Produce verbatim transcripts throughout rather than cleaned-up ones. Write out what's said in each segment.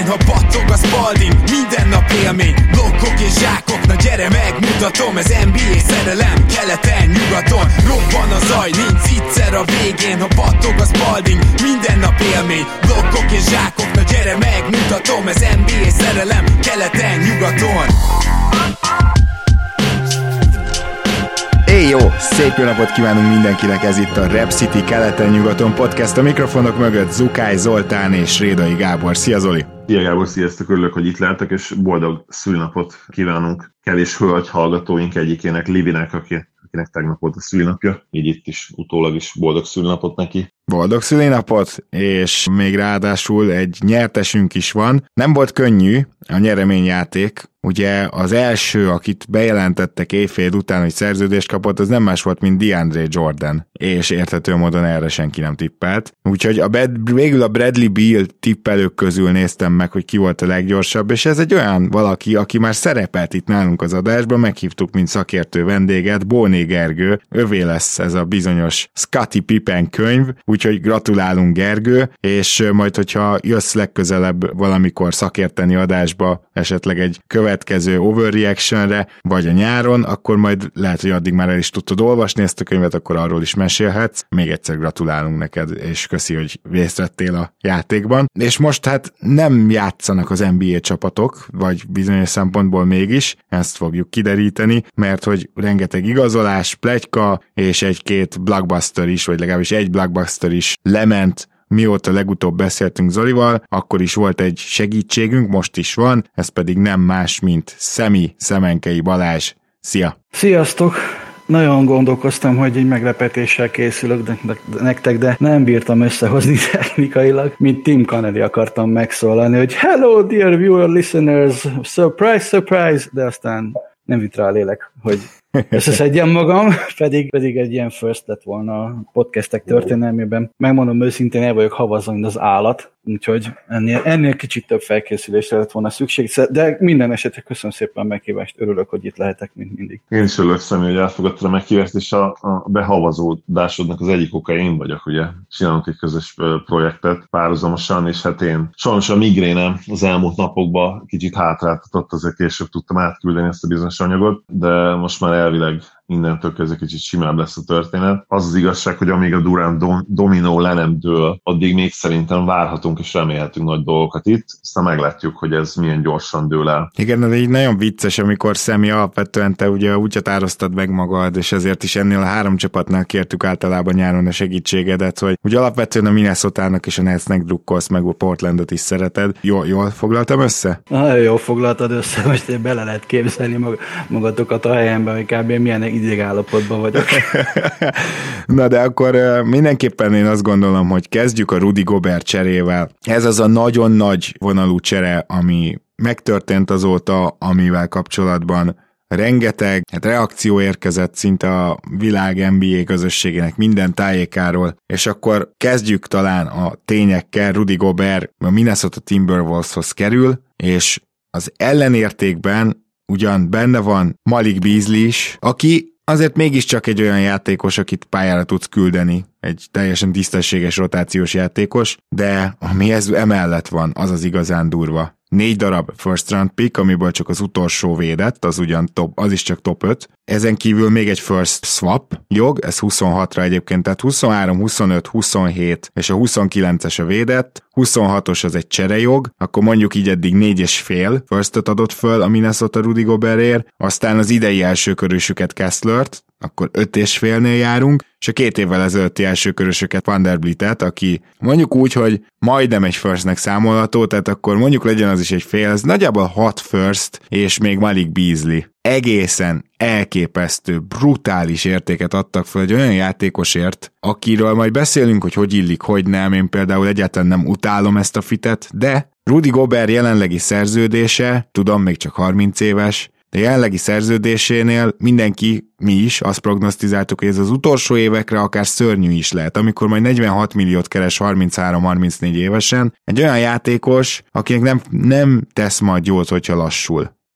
végén, ha battog a Spalding, minden nap élmény, blokkok és zsákok, na gyere megmutatom, ez en bé á szerelem, keleten, nyugaton, robban a zaj, nincs egyszer a végén, ha battog a Spalding, minden nap élmény, blokkok és zsákok, na gyere megmutatom, ez en bé á szerelem, keleten, nyugaton. Éj jó! Szép jó napot kívánunk mindenkinek, ez itt a Rap City keleten-nyugaton podcast, a mikrofonok mögött Zukály Zoltán és Rédai Gábor. Szia Zoli! Szia Gábor, sziasztok, örülök, hogy itt lehetek, és boldog szülinapot kívánunk kevés hölgy hallgatóink egyikének, Livinek, aki, akinek tegnap volt a szülinapja, így itt is utólag is boldog szülinapot neki. Boldog szülinapot, és még ráadásul egy nyertesünk is van. Nem volt könnyű a nyereményjáték, ugye az első, akit bejelentettek éjfél után, hogy szerződést kapott, az nem más volt, mint DeAndre Jordan, és érthető módon erre senki nem tippelt. Úgyhogy a Brad, végül a Bradley Beal tippelők közül néztem meg, hogy ki volt a leggyorsabb, és ez egy olyan valaki, aki már szerepelt itt nálunk az adásban, meghívtuk, mint szakértő vendéget, Bóné Gergő, övé lesz ez a bizonyos Scottie Pippen könyv, úgyhogy gratulálunk Gergő, és majd, hogyha jössz legközelebb valamikor szakérteni adásba, esetleg egy következő overreactionre, vagy a nyáron, akkor majd lehet, hogy addig már el is tudtad olvasni ezt a könyvet, akkor arról is mesélhetsz. Még egyszer gratulálunk neked, és köszi, hogy részt vettél a játékban. És most hát nem játszanak az en bé á csapatok, vagy bizonyos szempontból mégis, ezt fogjuk kideríteni, mert hogy rengeteg igazolás, pletyka, és egy-két blockbuster is, vagy legalábbis egy blockbuster is lement, mióta legutóbb beszéltünk Zolival, akkor is volt egy segítségünk, most is van, ez pedig nem más, mint Szemi Szemenkei Balázs. Szia! Sziasztok! Nagyon gondolkoztam, hogy egy meglepetéssel készülök de, de, de nektek, de nem bírtam összehozni technikailag, mint Tim Kennedy akartam megszólalni, hogy hello dear viewer listeners, surprise, surprise, de aztán nem jut rá a lélek, hogy összeszedjem magam, pedig, pedig egy ilyen first lett volna a podcastek történelmében. Megmondom őszintén, el vagyok havazva, mint az állat, úgyhogy ennél, ennél kicsit több felkészülésre lett volna szükség, de minden esetre köszönöm szépen a meghívást, örülök, hogy itt lehetek, mint mindig. Én is örülök, Szemi, hogy elfogadtad a meghívást, és a, a behavazódásodnak az egyik oka én vagyok, ugye. Csinálunk egy közös projektet párhuzamosan, és hát én sajnos a migrénem az elmúlt napokban kicsit hátráltatott, azért később tudtam átküldeni ezt a bizonyos anyagot, de most már elvileg innentől kezdve kicsit simább lesz a történet. Az az igazság, hogy amíg a Durant dom- dominó le nem dől, addig még szerintem várhatunk és remélhetünk nagy dolgokat itt, aztán meglátjuk, hogy ez milyen gyorsan dől el. Igen, ez így nagyon vicces, amikor Szemi alapvetően te ugye úgy határoztad meg magad, és ezért is ennél a három csapatnál kértük általában nyáron a segítségedet, hogy ugye alapvetően a Minnesotának és a Netsnek drukkolsz, meg a Portlandot is szereted. Jól, jól foglaltam össze? Nagyon jól foglaltad össze, most bele lehet képzelni mag- magatokat a helyemben, hogy kb. Milyen idegállapotban vagyok. Na de akkor mindenképpen én azt gondolom, hogy kezdjük a Rudy Gobert cserével. Ez az a nagyon nagy vonalú csere, ami megtörtént azóta, amivel kapcsolatban rengeteg hát reakció érkezett szinte a világ en bé á közösségének minden tájékáról, és akkor kezdjük talán a tényekkel. Rudy Gobert a Minnesota Timberwolveshoz kerül, és az ellenértékben ugyan benne van Malik Beasley is, aki azért mégiscsak egy olyan játékos, akit pályára tudsz küldeni, egy teljesen tisztességes rotációs játékos, de ami ez emellett van, az az igazán durva. Négy darab first round pick, amiből csak az utolsó védett, az ugyan top, az is csak top öt. Ezen kívül még egy first swap jog, ez huszonhatra egyébként, tehát huszonhárom, huszonöt, huszonhét és a huszonkilences a védett, huszonhatos az egy cserejog, akkor mondjuk így eddig négy és fél firstot adott föl a Minnesota Rudy Gobertért, aztán az idei elsőkörösüket Kesslert, akkor öt és félnél járunk, és a két évvel ezelőtti elsőkörösöket Vanderbiltet, aki mondjuk úgy, hogy majdnem egy firstnek számolható, tehát akkor mondjuk legyen az is egy fél, ez nagyjából hat first, és még Malik Beasley. Egészen elképesztő, brutális értéket adtak fel egy olyan játékosért, akiről majd beszélünk, hogy hogy illik, hogy nem, én például egyáltalán nem utálom ezt a fitet, de Rudy Gobert jelenlegi szerződése, tudom, még csak harminc éves, de jelenlegi szerződésénél mindenki, mi is azt prognosztizáltuk, hogy ez az utolsó évekre akár szörnyű is lehet, amikor majd negyvenhat milliót keres harminchárom-harmincnégy évesen, egy olyan játékos, akinek nem, nem tesz majd jót, hogyha lassul.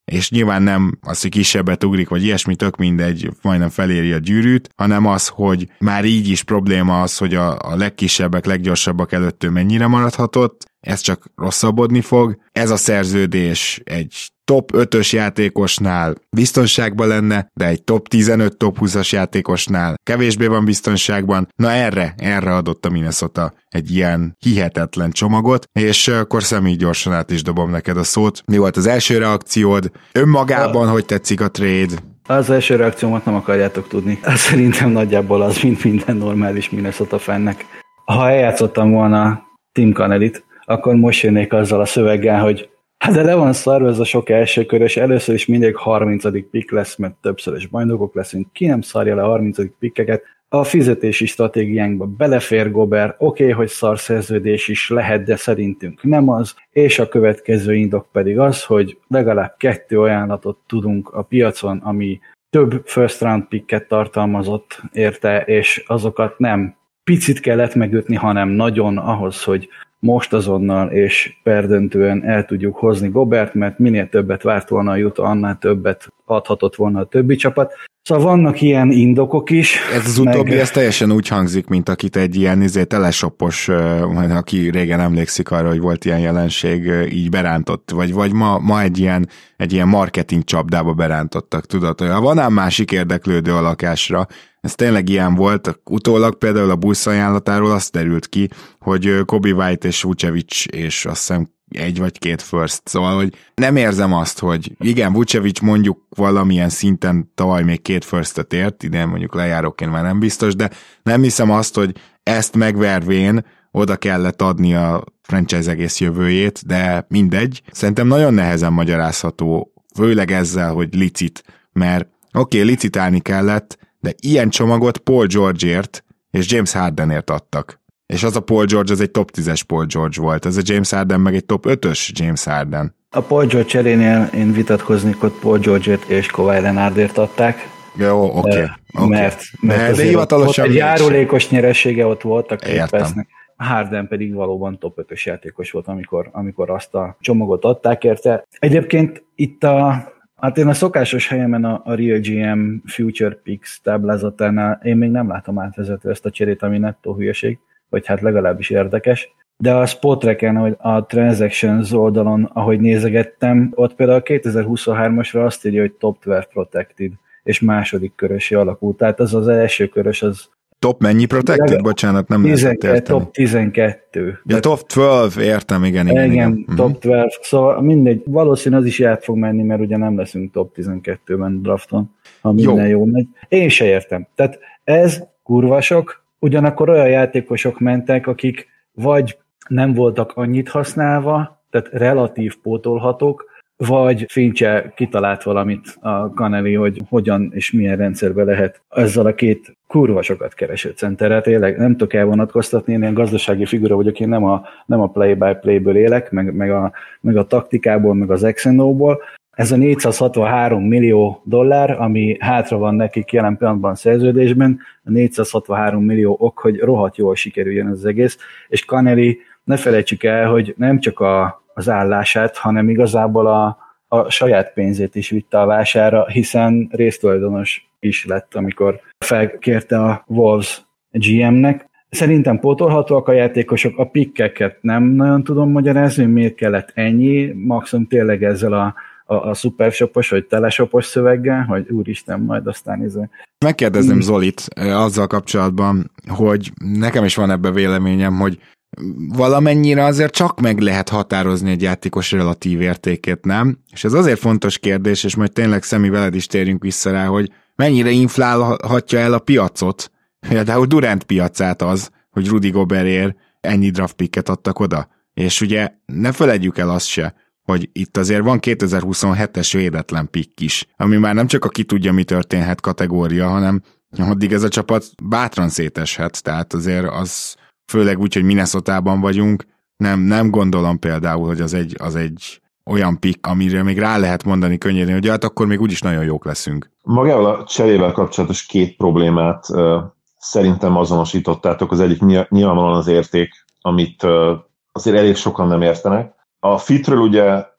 és nyilván nem az, hogy kisebbet ugrik, vagy ilyesmi, tök mindegy, majdnem feléri a gyűrűt, hanem az, hogy már így is probléma az, hogy a, a legkisebbek, leggyorsabbak előtt ő mennyire maradhatott, ez csak rosszabbodni fog. Ez a szerződés egy top ötös játékosnál biztonságban lenne, de egy top tizenöt, top húszas játékosnál kevésbé van biztonságban. Na erre, erre adott a Minnesota egy ilyen hihetetlen csomagot, és akkor Szemi, gyorsan át is dobom neked a szót. Mi volt az első reakciód? Önmagában, a... hogy tetszik a trade? Az első reakciómat nem akarjátok tudni. Szerintem nagyjából az, mint minden normális Minnesota fannek. Ha eljátszottam volna Tim Connellyt, akkor most jönnék azzal a szöveggel, hogy hát de le van szarva ez a sok elsőkörös, először is mindig harmincadik pick lesz, mert többszörös bajnokok leszünk, ki nem szarja le a harmincadik pickeket. A fizetési stratégiánkba belefér Gobert, oké, okay, hogy szar szerződés is lehet, de szerintünk nem az, és a következő indok pedig az, hogy legalább kettő ajánlatot tudunk a piacon, ami több first round picket tartalmazott érte, és azokat nem picit kellett megütni, hanem nagyon ahhoz, hogy most azonnal és perdöntően el tudjuk hozni Gobert, mert minél többet várt volna a Utah, annál többet adhatott volna a többi csapat. Szóval vannak ilyen indokok is. Ez az utóbbi, meg... ez teljesen úgy hangzik, mint akit egy ilyen izé, telesopos, aki régen emlékszik arra, hogy volt ilyen jelenség, így berántott, vagy, vagy ma, ma egy ilyen, egy ilyen marketing csapdába berántottak, tudod, hogy ha van ám másik érdeklődő a lakásra, ez tényleg ilyen volt, utólag például a Bulls ajánlatáról azt derült ki, hogy Kobe White és Vucevic és azt hiszem egy vagy két first, szóval, hogy nem érzem azt, hogy igen, Vucevic mondjuk valamilyen szinten tavaly még két firstet ért, idén mondjuk lejáróként már nem biztos, de nem hiszem azt, hogy ezt megvervén oda kellett adni a franchise egész jövőjét, de mindegy. Szerintem nagyon nehezen magyarázható, főleg ezzel, hogy licit, mert oké, okay, licitálni kellett, de ilyen csomagot Paul Georgeért és James Hardenért adtak. És az a Paul George, az egy top tízes Paul George volt, ez a James Harden meg egy top ötös James Harden. A Paul George cserénél én vitatkoznék, hogy Paul George-ért és Kawhi Leonardért adták. Jó, oké. Okay, okay. Mert, mert de hivatalosan egy járulékos nyeressége ott volt a Clippersnek. Harden pedig valóban top ötös játékos volt, amikor, amikor azt a csomagot adták érte. Egyébként itt a Hát én a szokásos helyemen a, a Real gé em Future Picks táblázatánál én még nem látom átvezető ezt a cserét, ami nettó hülyeség, vagy hát legalábbis érdekes. De a Spotracken, hogy a Transactions oldalon, ahogy nézegettem, ott például a kétezer-huszonhármasra azt írja, hogy top tizenkettő protected, és második körösi alakult. Tehát az az első körös, az top mennyi protected? Bocsánat, nem lehetett érteni. Top tizenkettő. Ja, top tizenkettő, értem, igen, igen. Igen, igen. top tizenkettő, szóval mindegy, valószínűleg az is át fog menni, mert ugye nem leszünk top tizenkettőben drafton, ha minden jó. jó megy. Én se értem. Tehát ez kurva sok, ugyanakkor olyan játékosok mentek, akik vagy nem voltak annyit használva, tehát relatív pótolhatók, vagy Finch kitalált valamit a Connelly, hogy hogyan és milyen rendszerbe lehet ezzel a két kurva sokat kereső centerrel. Tényleg nem tudok elvonatkoztatni, én ilyen gazdasági figura vagyok, én nem a, nem a play-by-play-ből élek, meg, meg, a, meg a taktikából, meg az X and O-ból. Ez a négyszázhatvanhárom millió dollár, ami hátra van nekik jelen pillanatban szerződésben, a négyszázhatvanhárom millió ok, hogy rohadt jól sikerüljön az egész, és Connelly, ne felejtsük el, hogy nem csak a az állását, hanem igazából a, a saját pénzét is vitte a vására, hiszen résztulajdonos is lett, amikor felkérte a Wolves gé em-nek. Szerintem pótolhatóak a játékosok, a pikkeket nem nagyon tudom magyarázni, miért kellett ennyi, maximum tényleg ezzel a, a, a szupershopos vagy teleshopos szöveggel, hogy úristen, majd aztán ez... Megkérdezném hmm. Zolit azzal kapcsolatban, hogy nekem is van ebben véleményem, hogy valamennyire azért csak meg lehet határozni egy játékos relatív értékét, nem? És ez azért fontos kérdés, és majd tényleg Szemi veled is térjünk vissza rá, hogy mennyire inflálhatja el a piacot, például Durant piacát az, hogy Rudy Gobertért ennyi draft picket adtak oda. És ugye ne feledjük el azt se, hogy itt azért van kétezer-huszonhetes védetlen pick is, ami már nem csak a ki tudja, mi történhet kategória, hanem addig ez a csapat bátran széteshet, tehát azért az főleg úgy, hogy Minnesotában vagyunk, nem, nem gondolom például, hogy az egy, az egy olyan pick, amire még rá lehet mondani könnyedén, hogy hát akkor még úgyis nagyon jók leszünk. Magával a cserével kapcsolatos két problémát uh, szerintem azonosítottátok. Az egyik nyilvánvalóan az érték, amit uh, azért elég sokan nem értenek. A fitről ugye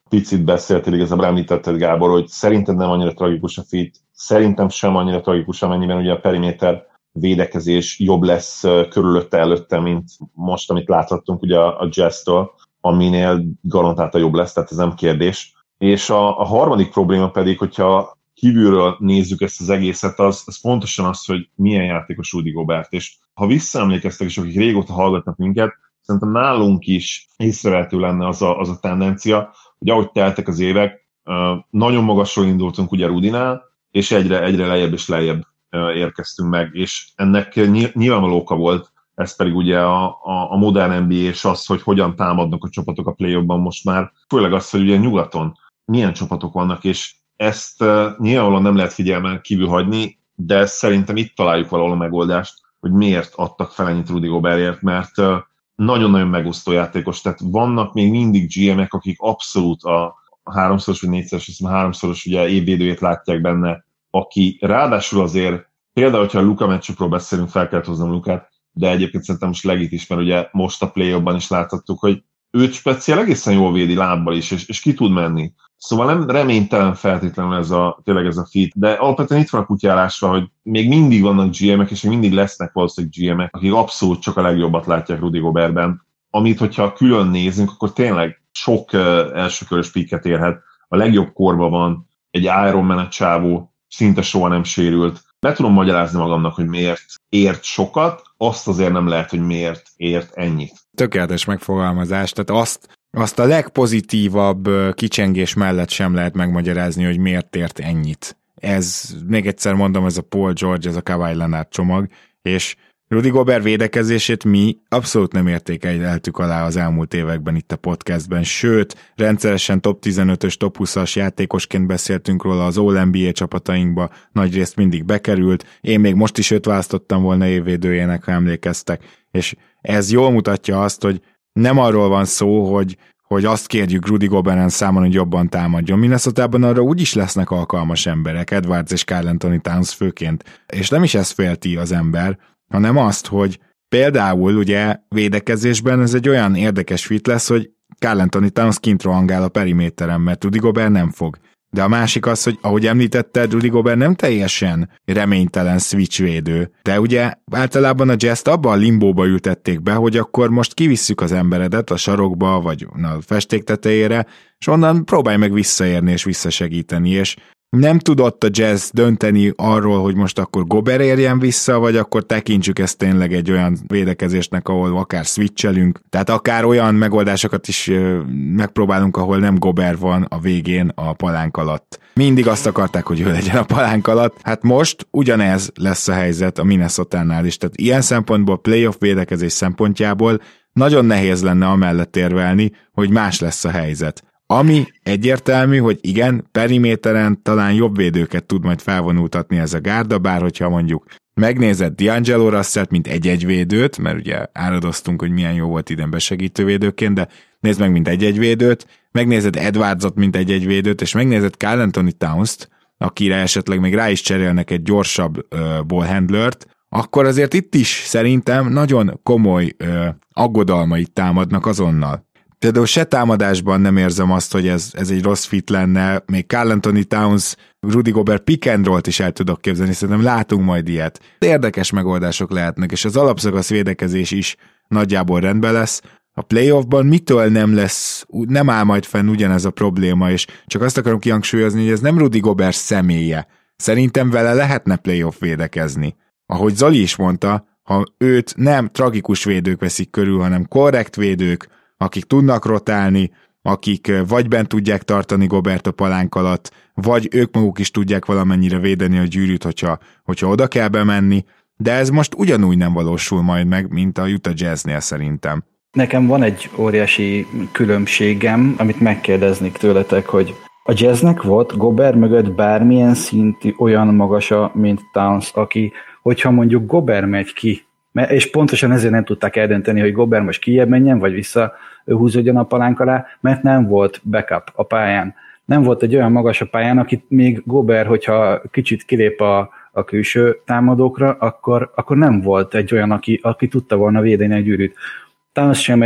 picit beszéltél, igazából említetted, Gábor, hogy szerinted nem annyira tragikus a fit, szerintem sem annyira tragikus, amennyiben ugye a periméter védekezés jobb lesz körülötte, előtte, mint most, amit láthattunk ugye a Jazz-től, aminél garantáltan jobb lesz, tehát ez nem kérdés. És a, a harmadik probléma pedig, hogyha kívülről nézzük ezt az egészet, az, az pontosan az, hogy milyen játékos Rudy Gobert. És ha visszaemlékeztek, és akik régóta hallgatnak minket, szerintem nálunk is észrevehető lenne az a, az a tendencia, hogy ahogy teltek az évek, nagyon magasról indultunk ugye Rudinál, és egyre, egyre lejjebb és lejjebb érkeztünk meg, és ennek nyilvánvaló oka volt, ez pedig ugye a, a, a modern en bé á és az, hogy hogyan támadnak a csapatok a play-offban most már, főleg az, hogy ugye nyugaton milyen csapatok vannak, és ezt nyilvánvalóan nem lehet figyelmen kívül hagyni, de szerintem itt találjuk valahol a megoldást, hogy miért adtak fel ennyit Rudy Gobertért, mert nagyon-nagyon megosztó játékos, tehát vannak még mindig gé em-ek, akik abszolút a háromszoros vagy négyszeres, azt hiszem háromszoros ugye évvédőjét látják benne, aki ráadásul azért, például, hogyha a Luka meccsükről beszélünk, fel kell hoznom Lukát, de egyébként szerintem most legit is, mert ugye most a play-offban is láthattuk, hogy őt speciál egészen jól védi lábbal is, és, és ki tud menni. Szóval nem reménytelen feltétlenül ez a, tényleg ez a fit, de alapvetően itt van a kutyálásra, hogy még mindig vannak gé em-ek, és még mindig lesznek valószínűleg gé em-ek, akik abszolút csak a legjobbat látják Rudy Gobertben, amit, hogyha külön nézünk, akkor tényleg sok uh, elsőkörös pikket érhet, a legjobb korban van, egy Iron Man csávó, szinte soha nem sérült. Be tudom magyarázni magamnak, hogy miért ért sokat, azt azért nem lehet, hogy miért ért ennyit. Tökéletes megfogalmazás, tehát azt, azt a legpozitívabb kicsengés mellett sem lehet megmagyarázni, hogy miért ért ennyit. Ez, még egyszer mondom, ez a Paul George, ez a Kawhi Leonard csomag, és Rudy Gobert védekezését mi abszolút nem értékeltük alá az elmúlt években itt a podcastben, sőt, rendszeresen top tizenötös, top huszas játékosként beszéltünk róla, az All-en bé á csapatainkba nagyrészt mindig bekerült, én még most is őt választottam volna évvédőjének, ha emlékeztek, és ez jól mutatja azt, hogy nem arról van szó, hogy hogy azt kérjük Rudy Goberten számon, hogy jobban támadjon. Minnesotában arra úgyis lesznek alkalmas emberek, Edwards és Karl Anthony Towns főként, és nem is ezt félti az ember, hanem azt, hogy például ugye védekezésben ez egy olyan érdekes fit lesz, hogy Karl Anthony Towns kint rohangál a periméteren, mert Rudy Gobert nem fog. De a másik az, hogy ahogy említetted, Rudy Gobert nem teljesen reménytelen switch védő, de ugye általában a Jazz-t abban a limbóba ültették be, hogy akkor most kivisszük az emberedet a sarokba, vagy a festék tetejére, és onnan próbálj meg visszaérni és visszasegíteni, és nem tudott a Jazz dönteni arról, hogy most akkor Gobert érjen vissza, vagy akkor tekintsük ezt tényleg egy olyan védekezésnek, ahol akár switchelünk, tehát akár olyan megoldásokat is megpróbálunk, ahol nem Gobert van a végén a palánk alatt. Mindig azt akarták, hogy ő legyen a palánk alatt, hát most ugyanez lesz a helyzet a Minnesotánál is, tehát ilyen szempontból playoff védekezés szempontjából nagyon nehéz lenne amellett érvelni, hogy más lesz a helyzet. Ami egyértelmű, hogy igen, periméteren talán jobb védőket tud majd felvonultatni ez a gárda, bár hogyha mondjuk megnézed D'Angelo Russellt, mint egy-egy védőt, mert ugye áradoztunk, hogy milyen jó volt idén besegítő védőként, de nézd meg, mint egy-egy védőt, megnézed Edwardsot, mint egy-egy védőt, és megnézed Karl Anthony Towns-t, akire esetleg még rá is cserélnek egy gyorsabb uh, ballhandlert, akkor azért itt is szerintem nagyon komoly uh, aggodalmait támadnak azonnal. Például se támadásban nem érzem azt, hogy ez, ez egy rossz fit lenne, még Karl Anthony Towns, Rudy Gobert pick and roll-t is el tudok képzelni, szerintem látunk majd ilyet. Érdekes megoldások lehetnek, és az alapszakasz védekezés is nagyjából rendben lesz. A playoffban mitől nem lesz, nem áll majd fenn ugyanez a probléma, és csak azt akarom kihangsúlyozni, hogy ez nem Rudy Gobert személye. Szerintem vele lehetne playoff védekezni. Ahogy Zoli is mondta, ha őt nem tragikus védők veszik körül, hanem korrekt védők, akik tudnak rotálni, akik vagy bent tudják tartani Gobert a palánk alatt, vagy ők maguk is tudják valamennyire védeni a gyűrűt, hogyha, hogyha oda kell bemenni, de ez most ugyanúgy nem valósul majd meg, mint a Utah Jazznél szerintem. Nekem van egy óriási különbségem, amit megkérdeznék tőletek, hogy a Jazznek volt Gobert mögött bármilyen szintű olyan magasa, mint Towns, aki, hogyha mondjuk Gobert megy ki, és pontosan ezért nem tudták eldönteni, hogy Gobert most kijebb menjen, vagy vissza húzódjon a palánk alá, mert nem volt backup a pályán. Nem volt egy olyan magas a pályán, akit még Gobert, hogyha kicsit kilép a, a külső támadókra, akkor, akkor nem volt egy olyan, aki, aki tudta volna védeni a gyűrűt. Towns sem egy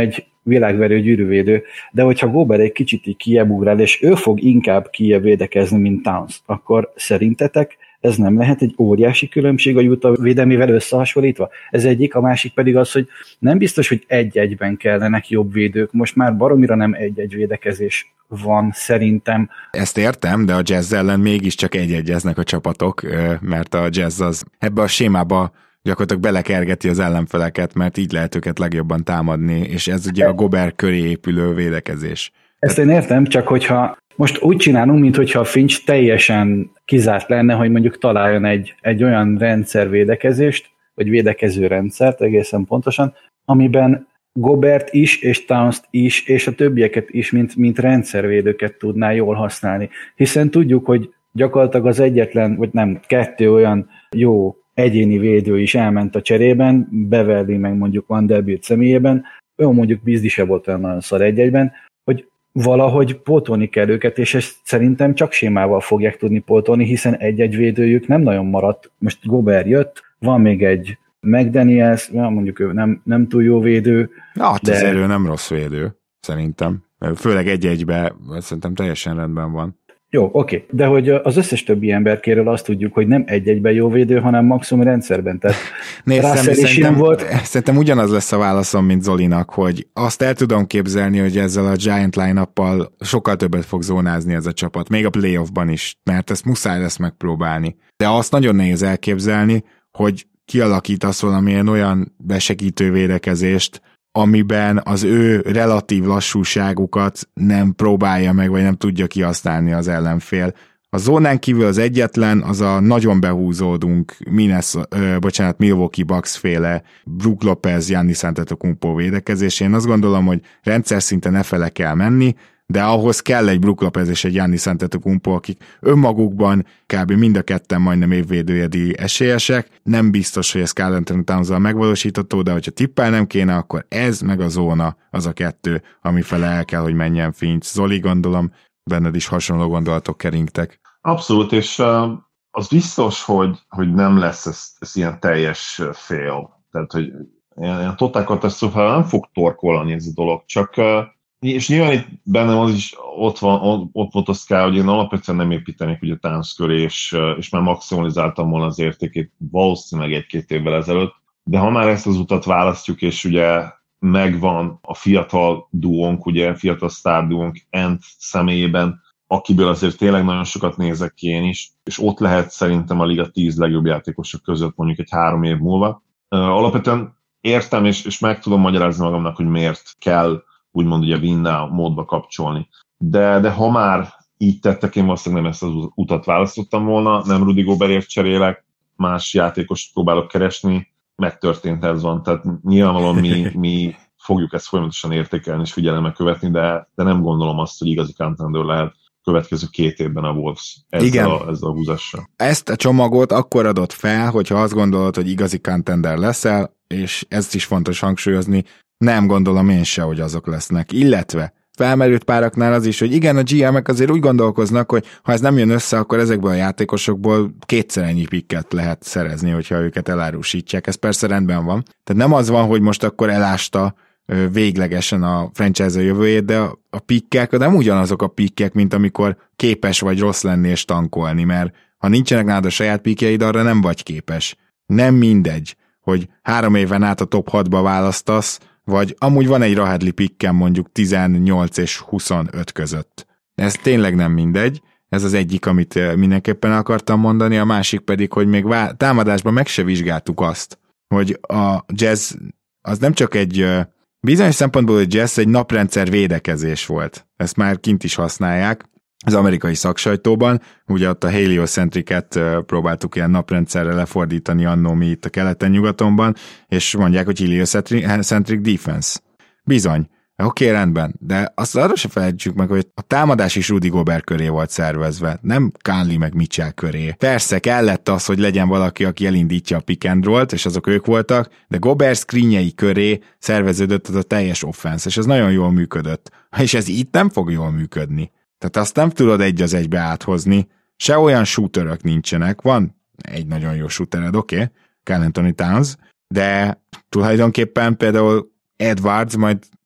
világverő gyűrűvédő, de hogyha Gobert egy kicsit így kijebb ugrál, és ő fog inkább kijebb védekezni, mint Towns, akkor szerintetek ez nem lehet egy óriási különbség a Utah védelmével összehasonlítva? Ez egyik, a másik pedig az, hogy nem biztos, hogy egy-egyben kellenek jobb védők. Most már baromira nem egy-egy védekezés van szerintem. Ezt értem, de a Jazz ellen mégiscsak egy-egyeznek a csapatok, mert a Jazz az ebbe a sémába gyakorlatilag belekergeti az ellenfeleket, mert így lehet őket legjobban támadni, és ez ugye a Gobert köré épülő védekezés. Ezt én értem, csak hogyha most úgy csinálunk, mintha a Finch teljesen kizárt lenne, hogy mondjuk találjon egy, egy olyan rendszervédekezést, vagy védekező rendszert egészen pontosan, amiben Gobert is, és Towns is, és a többieket is, mint, mint rendszervédőket tudná jól használni. Hiszen tudjuk, hogy gyakorlatilag az egyetlen, vagy nem, kettő olyan jó egyéni védő is elment a cserében, Beverly meg mondjuk Vanderbilt személyében, jó, mondjuk Beasley se volt olyan nagyon szar egy-egyben, hogy valahogy pótolni kell őket, és ezt szerintem csak sémával fogják tudni pótolni, hiszen egy-egy védőjük nem nagyon maradt. Most Gobert jött, van még egy McDaniels, mondjuk ő nem, nem túl jó védő. Hát de... azért ő nem rossz védő, szerintem. Főleg egy-egybe szerintem teljesen rendben van. Jó, oké, de hogy az összes többi emberkéről azt tudjuk, hogy nem egy-egyben jó védő, hanem maximum rendszerben. Tehát Nézd, szerintem, volt. Szerintem ugyanaz lesz a válaszom, mint Zolinak, hogy azt el tudom képzelni, hogy ezzel a Giant line-uppal sokkal többet fog zónázni ez a csapat, még a playoffban is, mert ezt muszáj lesz megpróbálni. De azt nagyon nehéz elképzelni, hogy kialakítasz valamilyen olyan besegítő védekezést, amiben az ő relatív lassúságukat nem próbálja meg, vagy nem tudja kihasználni az ellenfél. A zónán kívül az egyetlen, az a nagyon behúzódunk, Minnesota, ö, bocsánat, Milwaukee Bucks féle Brook Lopez, Giannis Antetokounmpo védekezés. Én azt gondolom, hogy rendszer szinten ne fele kell menni, de ahhoz kell egy Brook Lopez és egy Giannis Antetokounmpo, akik önmagukban kb. Mind a ketten majdnem évvédőjedi esélyesek. Nem biztos, hogy ez Karl Anthony Towns-zal megvalósítható, de hogyha tippelnem kéne, akkor ez meg a zóna az a kettő, ami fele el kell, hogy menjen Finch. Zoli, gondolom, benned is hasonló gondolatok keringtek. Abszolút, és uh, az biztos, hogy, hogy nem lesz ez, ez ilyen teljes fél. Tehát, hogy ilyen, ilyen totál katasztrófával nem fog torkolni ez a dolog, csak uh, és nyilván itt bennem az is ott, van, ott volt az kell, hogy én alapvetően nem építenék ugye Towns köré, és, és már maximalizáltam volna az értékét valószínűleg egy-két évvel ezelőtt, de ha már ezt az utat választjuk, és ugye megvan a fiatal duónk, ugye fiatal sztár duónk Ant személyében, akiből azért tényleg nagyon sokat nézek ki én is, és ott lehet szerintem a liga tíz legjobb játékosok között mondjuk egy három év múlva. Alapvetően értem, és, és meg tudom magyarázni magamnak, hogy miért kell úgymond ugye win now módba kapcsolni. De, de ha már így tettek, én valószínűleg nem ezt az utat választottam volna, nem Rudy Gobertért cserélek, más játékost próbálok keresni, megtörtént ez van, tehát nyilvánvalóan mi, mi fogjuk ezt folyamatosan értékelni és figyelemmel követni, de, de nem gondolom azt, hogy igazi contender lehet következő két évben a Wolves ezzel, Igen. A, ezzel a húzással. Ezt a csomagot akkor adott fel, hogyha azt gondolod, hogy igazi contender leszel, és ezt is fontos hangsúlyozni, nem gondolom én se, hogy azok lesznek. Illetve felmerült páraknál az is, hogy igen, a gé em-ek azért úgy gondolkoznak, hogy ha ez nem jön össze, akkor ezekből a játékosokból kétszer ennyi pikket lehet szerezni, hogyha őket elárusítják. Ez persze rendben van. Tehát nem az van, hogy most akkor elásta véglegesen a franchise jövőjét, de a pikkek nem ugyanazok a pikkek, mint amikor képes vagy rossz lenni és tankolni, mert ha nincsenek nálad a saját pikkjeid, arra nem vagy képes. Nem mindegy, hogy három éven át a top hatba választasz, vagy amúgy van egy Rahedli pikkem mondjuk tizennyolc és huszonöt között. Ez tényleg nem mindegy, ez az egyik, amit mindenképpen akartam mondani, a másik pedig, hogy még vá- támadásban meg se vizsgáltuk azt, hogy a Jazz az nem csak egy bizonyos szempontból, hogy Jazz egy naprendszer védekezés volt. Ezt már kint is használják az amerikai szaksajtóban, ugye ott a heliocentriket próbáltuk ilyen naprendszerre lefordítani annó mi itt a keleten-nyugatonban, és mondják, hogy heliocentric defense. Bizony. Oké, okay, rendben, de azt arra se felejtsük meg, hogy a támadás is Rudy Gobert köré volt szervezve, nem Conley meg Mitchell köré. Persze kellett az, hogy legyen valaki, aki elindítja a pick and roll-t, és azok ők voltak, de Gobert screenjei köré szerveződött az a teljes offense, és ez nagyon jól működött. És ez itt nem fog jól működni. Tehát azt nem tudod egy az egybe áthozni, se olyan shooterök nincsenek, van egy nagyon jó shootered, oké, okay, Karl Anthony Towns, de tulajdonképpen például Edwards majd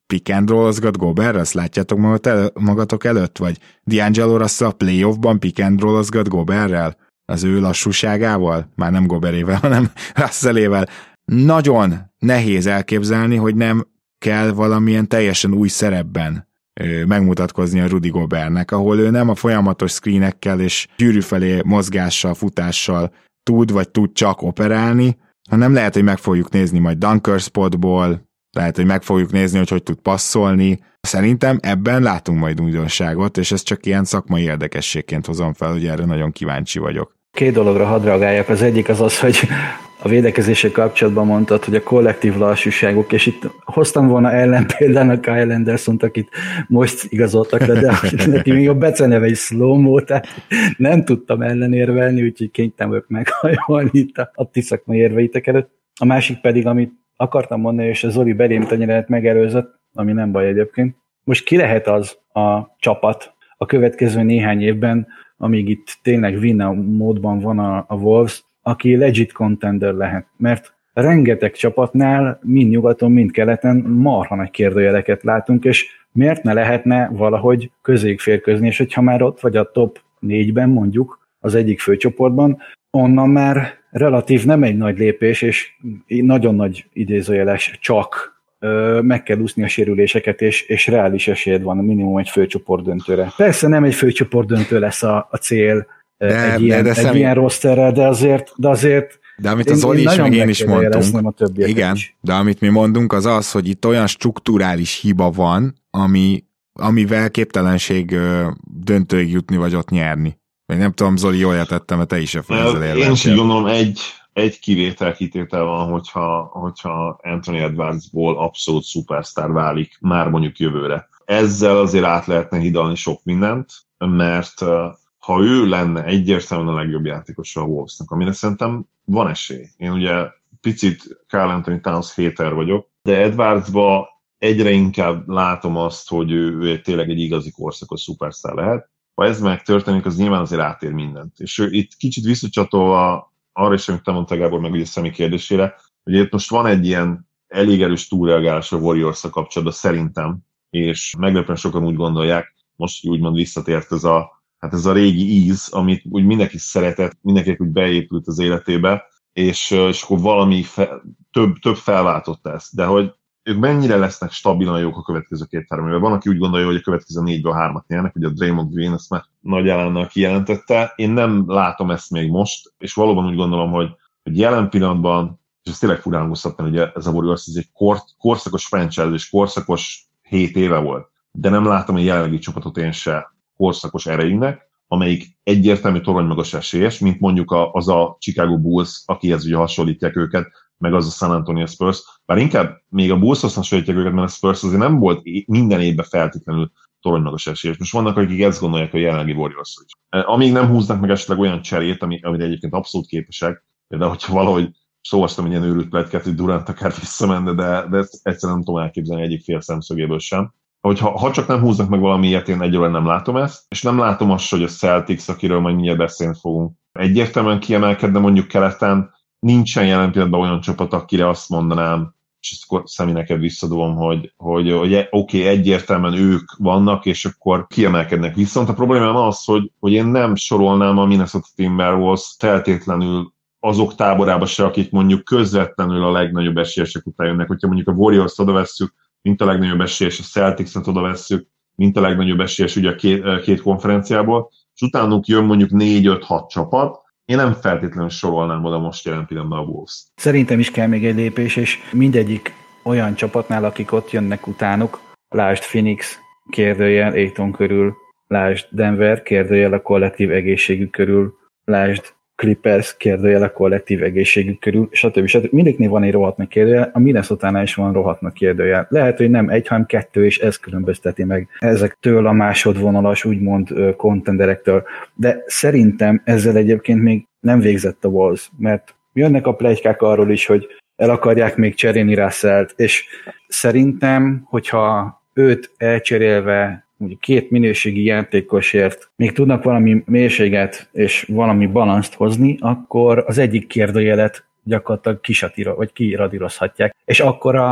pick and roll-ozgat Gobert, azt látjátok magad el, magatok előtt, vagy D'Angelo Russell a playoffban pick and roll-ozgat Goberrel, az ő lassúságával, már nem Goberével, hanem Russellével. Nagyon nehéz elképzelni, hogy nem kell valamilyen teljesen új szerepben ö, megmutatkozni a Rudy Gobertnek, ahol ő nem a folyamatos screenekkel és gyűrű felé mozgással, futással tud, vagy tud csak operálni, hanem lehet, hogy meg fogjuk nézni majd dunker spotból, lehet, hogy meg fogjuk nézni, hogy hogy tud passzolni. Szerintem ebben látunk majd újdonságot, és ez csak ilyen szakmai érdekességként hozom fel, hogy erre nagyon kíváncsi vagyok. Két dologra hadd reagáljak. Az egyik az az, hogy a védekezéssel kapcsolatban mondtad, hogy a kollektív lassúságok, és itt hoztam volna ellenpéldául a Kyle Andersont, akit most igazoltak le, de neki még a beceneve is slow-mo, tehát nem tudtam ellenérvelni, úgyhogy kénytelen vagyok meghajolni itt a, a ti szakmai érveitek előtt. A másik pedig, amit akartam mondani, és a Zoli belém tenyeret megelőzött, ami nem baj egyébként. Most ki lehet az a csapat a következő néhány évben, amíg itt tényleg win módban van a, a Wolves, aki legit contender lehet, mert rengeteg csapatnál, mind nyugaton, mind keleten marha nagy kérdőjeleket látunk, és miért ne lehetne valahogy közéig férkőzni, és hogyha már ott vagy a top négyben mondjuk, az egyik főcsoportban, onnan már relatív nem egy nagy lépés, és nagyon nagy idézőjeles csak ö, meg kell úszni a sérüléseket, és, és reális esélyed van minimum egy főcsoport döntőre. Persze nem egy főcsoport döntő lesz a, a cél, de, egy, ilyen, de, de egy ilyen rosterrel, de azért, de azért de amit az Oli is, meg én is mondtunk, igen, is. De amit mi mondunk, az az, hogy itt olyan strukturális hiba van, ami, amivel képtelenség ö, döntőig jutni, vagy ott nyerni. Még nem tudom, Zoli, jól értettem, mert te is ezzel érveltél. Én is így gondolom, egy, egy kivétel kitétel van, hogyha, hogyha Anthony Edwardsból abszolút szupersztár válik már mondjuk jövőre. Ezzel azért át lehetne hidalni sok mindent, mert ha ő lenne egyértelműen a legjobb játékos a Wolvesnak, amire szerintem van esély. Én ugye picit Karl Anthony Towns hater vagyok, de Edwardsba egyre inkább látom azt, hogy ő, ő tényleg egy igazi korszakos szupersztár lehet. Ha ez megtörténik, az nyilván azért átér mindent. És ő, itt kicsit visszacsatolva arra is, amit te mondtál, Gábor, meg ugye Szemi kérdésére, hogy itt most van egy ilyen elég erős túlreagálás a Warriors-a kapcsolatban szerintem, és meglepően sokan úgy gondolják, most úgymond visszatért ez a hát ez a régi íz, amit úgy mindenki szeretett, mindenki úgy beépült az életébe, és, és akkor valami fe, több, több felváltott ezt. De hogy ők mennyire lesznek stabilan jók a következő két-három évben. Van, aki úgy gondolja, hogy a következő négyből hármat nyernek, ugye a Draymond Green ezt már nagy elánnal kijelentette. Én nem látom ezt még most, és valóban úgy gondolom, hogy, hogy jelen pillanatban, és ez tényleg furán húzhatna, hogy ez a Warriors, ez egy kor, korszakos franchise, és korszakos hét éve volt. De nem látom a jelenlegi csapatot én se korszakos erejünknek, amelyik egyértelmű toronymagas esélyes, mint mondjuk az a Chicago Bulls, akihez ugye hasonlítják őket, meg az a San Antonio Spurs. Bár inkább még a Bullshoz hasonlítják őket, mert a Spurs azért nem volt minden évben feltétlenül toronymagas esélyes. Most vannak, akik ezt gondolják a jelenlegi Warriors is. Amíg nem húznak meg esetleg olyan cserét, ami, amire egyébként abszolút képesek, de hogyha valahogy szóvastam egy ilyen őrült pletykát, hogy Durant akár visszamenne, de, de ezt egyszerűen nem tudom elképzelni egyik fél szemszögéből sem. Hogyha, ha csak nem húznak meg valami ilyet, én egyelőre nem látom ezt, és nem látom azt, hogy a Celtics, akiről majd mindjárt beszélni fogunk, egyértelműen kiemelkedne mondjuk keleten, nincsen jelen pillanatban olyan csapat, akire azt mondanám, és akkor Szemi neked visszadom, hogy, hogy, hogy oké, okay, egyértelműen ők vannak, és akkor kiemelkednek. Viszont a problémám az, hogy, hogy én nem sorolnám a Minnesota Timberwolves feltétlenül azok táborába se, akik mondjuk közvetlenül a legnagyobb esélyesek után jönnek. Hogyha mondjuk a Warriors oda vesszük, mint a legnagyobb esélyes, a Celtics-et oda vesszük, mint a legnagyobb esélyes ugye a két, két konferenciából, és utánuk jön mondjuk négy-öt-hat csapat, én nem feltétlenül sorolnám oda most jelen pillanatban a Wolves. Szerintem is kell még egy lépés, és mindegyik olyan csapatnál, akik ott jönnek utánuk, lásd Phoenix, kérdőjel Ayton körül, lásd Denver, kérdőjel a kollektív egészségük körül, lásd Clippers, kérdőjel a kollektív egészségük körül, stb. stb. Mindegyiknél van egy rohadt nagy kérdőjel, a Minnesotánál is van rohadt nagy kérdőjel. Lehet, hogy nem egy, hanem kettő, és ez különbözteti meg ezektől a másodvonalas, úgymond kontenderektől. De szerintem ezzel egyébként még nem végzett a Wolves, mert jönnek a pletykák arról is, hogy el akarják még cserélni Russellt, és szerintem, hogyha őt elcserélve mondjuk két minőségi játékosért még tudnak valami mélységet és valami balanszt hozni, akkor az egyik kérdőjelet gyakorlatilag kisatírozhatják, vagy kiradírozhatják. És akkor a,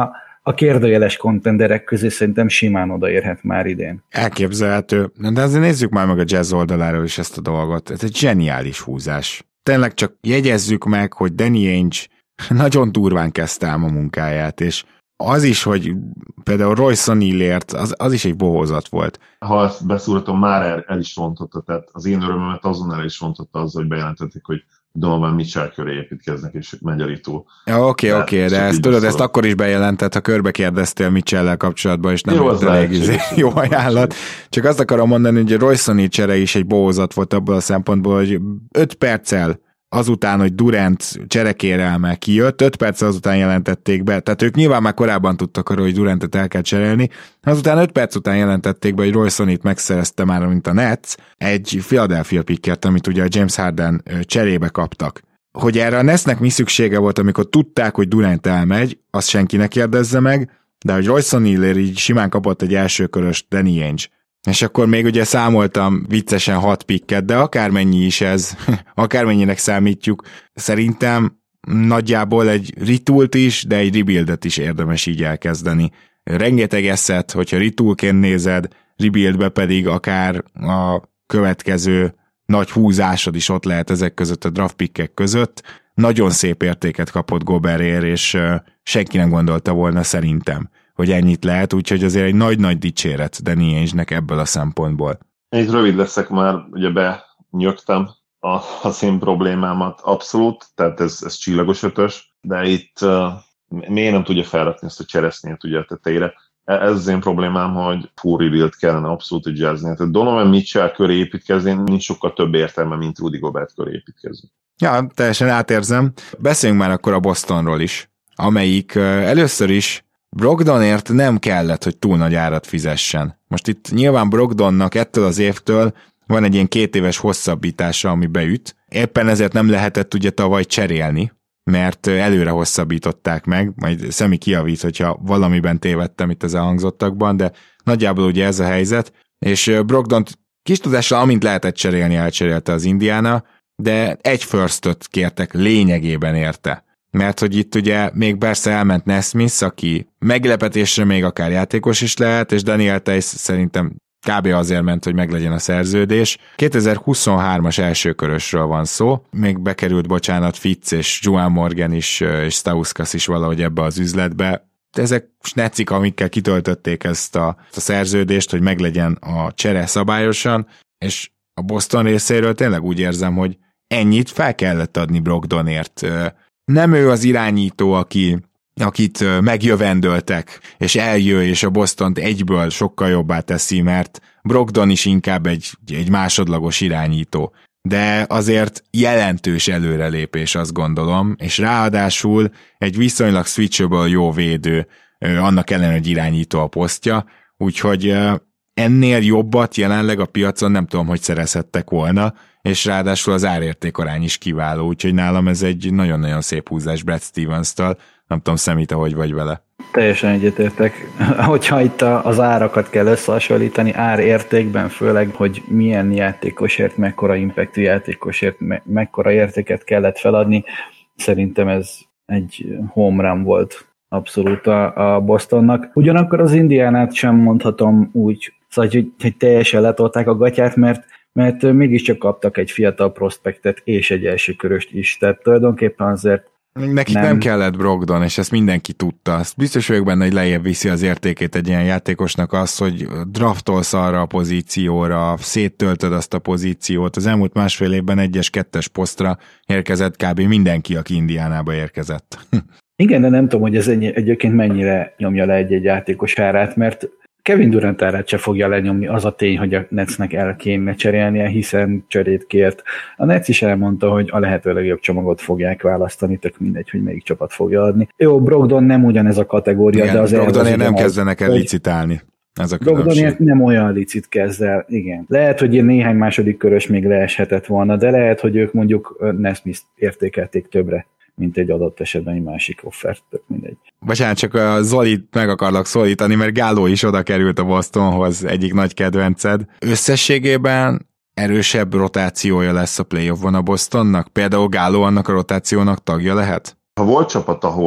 a kérdőjeles kontenderek közé szerintem simán odaérhet már idén. Elképzelhető, de azért nézzük már meg a Jazz oldaláról is ezt a dolgot. Ez egy zseniális húzás. Tényleg csak jegyezzük meg, hogy Danny Ainge nagyon durván kezdte ám a munkáját, és az is, hogy például Royce O'Nealért, az, az is egy bohózat volt. Ha ezt beszúrtam, már el, el is rontotta, tehát az én örömömet azon el is rontotta azzal, hogy bejelentették, hogy Donovan Mitchell köré építkeznek, és megy a ritó. Ja, oké, okay, oké, okay, de ezt tudod, ezt akkor is bejelentett, ha körbe kérdeztél Mitchell-lel kapcsolatban, és nem jött elég jó ajánlat. Csak azt akarom mondani, hogy Royce O'Neal csere is egy bohózat volt abból a szempontból, hogy öt perccel azután, hogy Durant cserekérelme kijött, öt perc azután jelentették be, tehát ők nyilván már korábban tudtak arról, hogy Durantet el kell cserélni, azután öt perc után jelentették be, hogy Royce O'Nealt megszerezte már, mint a Nets, egy Philadelphia picket, amit ugye a James Harden cserébe kaptak. Hogy erre a Netsnek mi szüksége volt, amikor tudták, hogy Durant elmegy, azt senki ne kérdezze meg, de hogy Royce O'Nealért így simán kapott egy elsőkörös Danny Ainge. És akkor még ugye számoltam viccesen hat picket, de akármennyi is ez, akármennyinek számítjuk, szerintem nagyjából egy retoolt is, de egy rebuildet is érdemes így elkezdeni. Rengeteg eszet, hogyha retoolként nézed, rebuildbe pedig akár a következő nagy húzásod is ott lehet ezek között a draft pickek között. Nagyon szép értéket kapott Gobertért, és senki nem gondolta volna szerintem, hogy ennyit lehet, úgyhogy azért egy nagy-nagy dicséret Danny Ainge-nek ebből a szempontból. Én rövid leszek már, ugye benyögtem a, az én problémámat abszolút, tehát ez, ez csillagos ötös, de itt uh, miért nem tudja felrakni ezt a cseresznyét ugye a tetejére? Ez az én problémám, hogy full rebuild kellene abszolút egy Jazznél. Tehát Donovan Mitchell köré építkezni nincs sokkal több értelme, mint Rudy Gobert köré építkezni. Ja, teljesen átérzem. Beszéljünk már akkor a Bostonról is, amelyik uh, először is Brogdonért nem kellett, hogy túl nagy árat fizessen. Most itt nyilván Brogdonnak ettől az évtől van egy ilyen két éves hosszabbítása, ami beüt. Éppen ezért nem lehetett ugye tavaly cserélni, mert előre hosszabbították meg, majd Szemi kijavít, hogyha valamiben tévedtem itt az elhangzottakban, de nagyjából ugye ez a helyzet, és Brogdont kis tudással, amint lehetett cserélni, elcserélte az Indiana, de egy firstöt kértek lényegében érte. Mert hogy itt ugye még persze elment Nesmith, aki meglepetésre még akár játékos is lehet, és Daniel Theis szerintem kb. Azért ment, hogy meglegyen a szerződés. kétezer-huszonhármas elsőkörösről van szó, még bekerült, bocsánat, Fitz és Juan Morgan is, és Stauskas is valahogy ebbe az üzletbe. Ezek snecik, amikkel kitöltötték ezt a, ezt a szerződést, hogy meglegyen a csere szabályosan, és a Boston részéről tényleg úgy érzem, hogy ennyit fel kellett adni Brogdonért. Nem ő az irányító, aki, akit megjövendöltek, és eljö, és a Bostont egyből sokkal jobbá teszi, mert Brogdon is inkább egy, egy másodlagos irányító. De azért jelentős előrelépés, azt gondolom, és ráadásul egy viszonylag switchable jó védő, annak ellenére, hogy irányító a posztja, úgyhogy ennél jobbat jelenleg a piacon nem tudom, hogy szerezhettek volna, és ráadásul az árértékarány is kiváló, úgyhogy nálam ez egy nagyon-nagyon szép húzás Brad Stevens-től. Nem tudom, Szemit, ahogy vagy vele. Teljesen egyetértek. Hogyha itt az árakat kell összehasonlítani, árértékben főleg, hogy milyen játékosért, mekkora impactű játékosért, me- mekkora értéket kellett feladni, szerintem ez egy home run volt abszolút a, a Bostonnak. Ugyanakkor az Indiánát sem mondhatom úgy, szóval, hogy, hogy teljesen letolták a gatyát, mert mert mégiscsak kaptak egy fiatal prospektet és egy elsőköröst is, tehát tulajdonképpen azért nekik nem... nem kellett Brogdon, és ezt mindenki tudta. Azt biztos vagyok benne, hogy lejjebb viszi az értékét egy ilyen játékosnak az, hogy draftolsz arra a pozícióra, széttöltöd azt a pozíciót. Az elmúlt másfél évben egyes, kettes posztra érkezett kb. Mindenki, aki Indiánába érkezett. Igen, de nem tudom, hogy ez egyébként mennyire nyomja le egy-egy játékos árát, mert Kevin Durant árát se fogja lenyomni az a tény, hogy a Netsnek el kéne cserélnie, hiszen cserét kért. A Nets is elmondta, hogy a lehető legjobb csomagot fogják választani, tök mindegy, hogy melyik csapat fogja adni. Jó, Brogdon nem ugyanez a kategória, igen, de azért... Brogdonért nem kezdenek el licitálni. Ez a Brogdonért nem olyan licit kezd el, igen. Lehet, hogy ilyen néhány második körös még leeshetett volna, de lehet, hogy ők mondjuk Nesmith értékelték többre, mint egy adott esetben egy másik offert, tök mindegy. Bocsánat, csak a Zolit meg akarlak szólítani, mert Gáló is oda került a Bostonhoz, egyik nagy kedvenced. Összességében erősebb rotációja lesz a playoffban a Bostonnak? Például Gáló annak a rotációnak tagja lehet? Ha volt csapat, ahol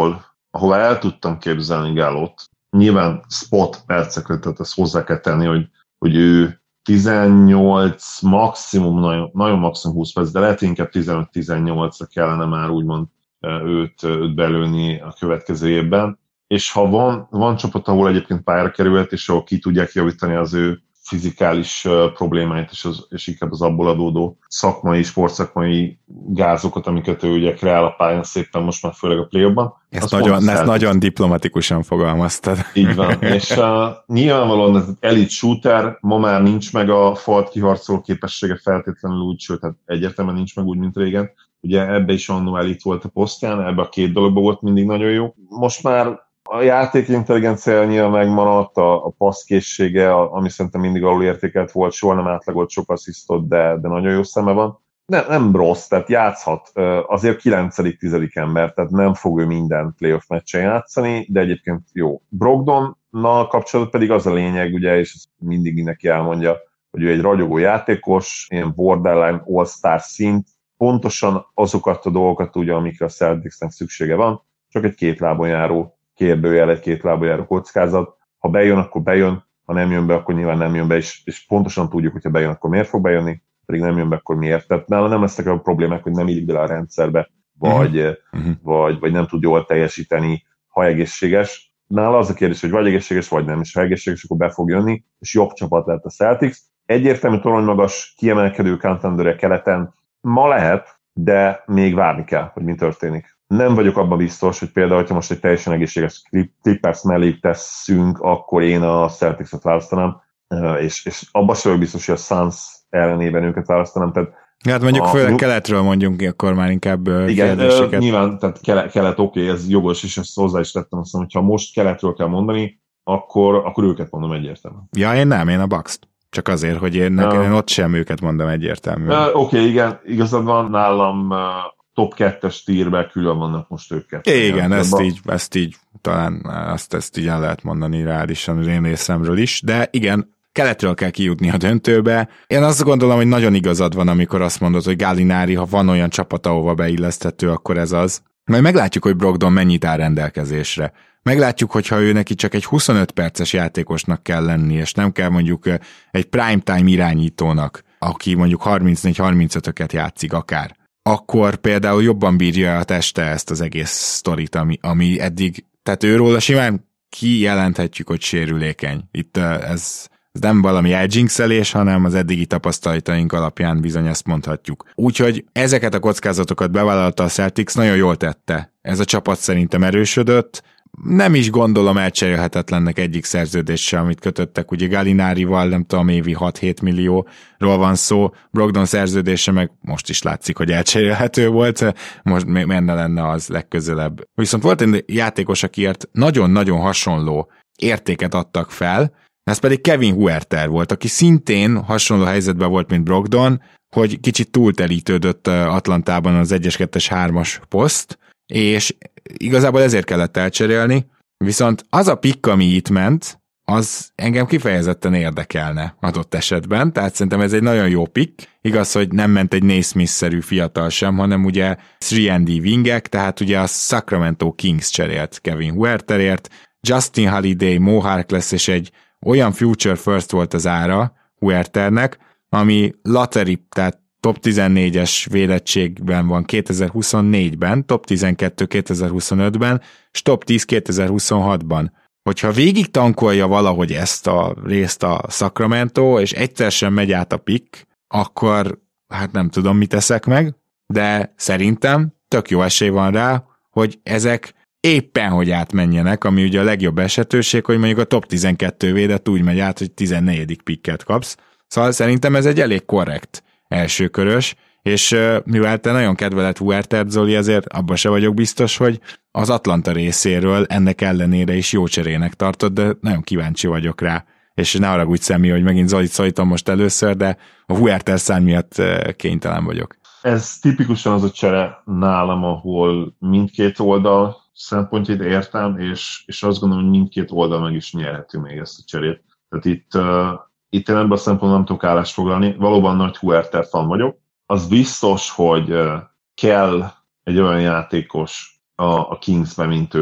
ahol el tudtam képzelni Gallót, nyilván spot percekre, tehát ezt hozzá kell tenni, hogy, hogy ő tizennyolc, maximum, nagyon, nagyon maximum húsz perc, de lehet inkább tizenöt-tizennyolcra kellene már úgymond őt, őt belőni a következő évben. És ha van, van csapat, ahol egyébként pályára kerülhet, és ahol ki tudják javítani az ő fizikális uh, problémáit, és, az, és inkább az abból adódó szakmai, sportszakmai gázokat, amiket ő ugye kreál a pályán szépen most már főleg a play-ban. Ezt, nagyon, ezt nagyon diplomatikusan fogalmaztad. Így van, és uh, nyilvánvalóan ez elit shooter, ma már nincs meg a falt kiharcoló képessége feltétlenül úgy, sőt, hát egyértelműen nincs meg úgy, mint régen. Ugye ebbe is annó elit volt a posztján, ebbe a két dologban volt mindig nagyon jó. Most már a játék intelligencia nyilván megmaradt, a, a passzkészsége, a, ami szerintem mindig alulértékelt volt, soha nem átlagolt sok asszisztot, de, de nagyon jó szeme van. Nem, nem rossz, tehát játszhat. Azért kilencedik tizedik ember, tehát nem fog ő minden playoff meccsen játszani, de egyébként jó. Brogdonnal kapcsolatban pedig az a lényeg, ugye, és ezt mindig mindenki elmondja, hogy ő egy ragyogó játékos, ilyen borderline all-star szint, pontosan azokat a dolgokat tudja, amikre a Celticsnek szüksége van, csak egy két lábon járó kérdőjel, egy két lábon járó kockázat. Ha bejön, akkor bejön, ha nem jön be, akkor nyilván nem jön be, és, és pontosan tudjuk, hogy ha bejön, akkor miért fog bejönni, pedig nem jön be, akkor miért. Tehát nála nem lesznek a problémák, hogy nem illik bele a rendszerbe, vagy, uh-huh. vagy, vagy nem tud jól teljesíteni, ha egészséges. Nála az a kérdés, hogy vagy egészséges, vagy nem, és ha egészséges, akkor be fog jönni, és jobb csapat lett a Celtics. Egyértelmű toronymagas, kiemelkedő contendere keleten ma lehet, de még várni kell, hogy mi történik. Nem vagyok abban biztos, hogy például, hogyha most egy teljesen egészséges Clippers mellé tesszünk, akkor én a Celtics-ot választanám, és, és abban sem vagyok biztos, hogy a Suns ellenében őket választanám. Tehát hát mondjuk a, főleg keletről mondjunk, akkor már inkább igen, kérdéseket. Nyilván, tehát kelet, kelet oké, okay, ez jogos, és ezt hozzá is tettem, azt mondom, hogyha most keletről kell mondani, akkor, akkor őket mondom egyértelműen. Ja, én nem, én a Bucks-t. Csak azért, hogy én, nekem, én ott sem őket mondom egyértelműen. Oké, okay, igen, igazad van, nálam top kettes tírbe külön vannak most őket. Igen, ezt így, ezt így talán azt ezt így el lehet mondani reálisan az én részemről is, de igen, keletről kell kijutni a döntőbe. Én azt gondolom, hogy nagyon igazad van, amikor azt mondod, hogy Gallinari, ha van olyan csapat, ahova beilleszthető, akkor ez az. Majd meglátjuk, hogy Brogdon mennyit áll rendelkezésre. Meglátjuk, hogyha ő neki csak egy huszonöt perces játékosnak kell lenni, és nem kell mondjuk egy primetime irányítónak, aki mondjuk harmincnégy-harmincötöket játszik akár, akkor például jobban bírja a teste ezt az egész sztorit, ami, ami eddig, tehát őról simán kijelenthetjük, hogy sérülékeny. Itt ez, ez nem valami eldzsinkszelés, hanem az eddigi tapasztalataink alapján bizony ezt mondhatjuk. Úgyhogy ezeket a kockázatokat bevállalta a Celtics, nagyon jól tette. Ez a csapat szerintem erősödött, nem is gondolom elcserélhetetlennek egyik szerződés sem, amit kötöttek, ugye Gallinarival, nem tudom, évi hat-hét millióról van szó, Brogdon szerződése meg most is látszik, hogy elcserélhető volt, most menne lenne az legközelebb. Viszont volt egy játékos, akiért nagyon-nagyon hasonló értéket adtak fel, ez pedig Kevin Huerter volt, aki szintén hasonló helyzetben volt, mint Brogdon, hogy kicsit túltelítődött Atlantában az egyes, kettes, hármas poszt, és igazából ezért kellett elcserélni, viszont az a pikk, ami itt ment, az engem kifejezetten érdekelne adott esetben, tehát szerintem ez egy nagyon jó pikk. Igaz, hogy nem ment egy Naismith-szerű fiatal sem, hanem ugye három and D wingek, tehát ugye a Sacramento Kings cserélt Kevin Huerterért, Justin Holiday, Mo Harkless és egy olyan future first volt az ára Huerternek, ami lottery, tehát top tizennégyes védettségben van kétezer-huszonnégyben, top tizenkettő kétezer-huszonötben, és top tíz kétezer-huszonhatban. Hogyha végig tankolja valahogy ezt a részt a Sacramento, és egyszer sem megy át a pick, akkor hát nem tudom, mit teszek meg, de szerintem tök jó esély van rá, hogy ezek éppen hogy átmenjenek, ami ugye a legjobb esetőség, hogy mondjuk a top tizenkettő védett úgy megy át, hogy tizennegyedik picket kapsz. Szóval szerintem ez egy elég korrekt elsőkörös, és mivel te nagyon kedveled Huertert, Zoli, azért abban se vagyok biztos, hogy az Atlanta részéről ennek ellenére is jó cserének tartod, de nagyon kíváncsi vagyok rá, és ne haragudj Szemi, hogy megint Zolit szólítom most először, de a Huerter szám miatt kénytelen vagyok. Ez tipikusan az a csere nálam, ahol mindkét oldal szempontjait értem, és, és azt gondolom, hogy mindkét oldal meg is nyerhető még ezt a cserét. Tehát itt, uh, itt én ebben a szempontból nem tudok állást foglalni. Valóban nagy Huerter fan vagyok. Az biztos, hogy uh, kell egy olyan játékos a, a Kingsbe, mint ő,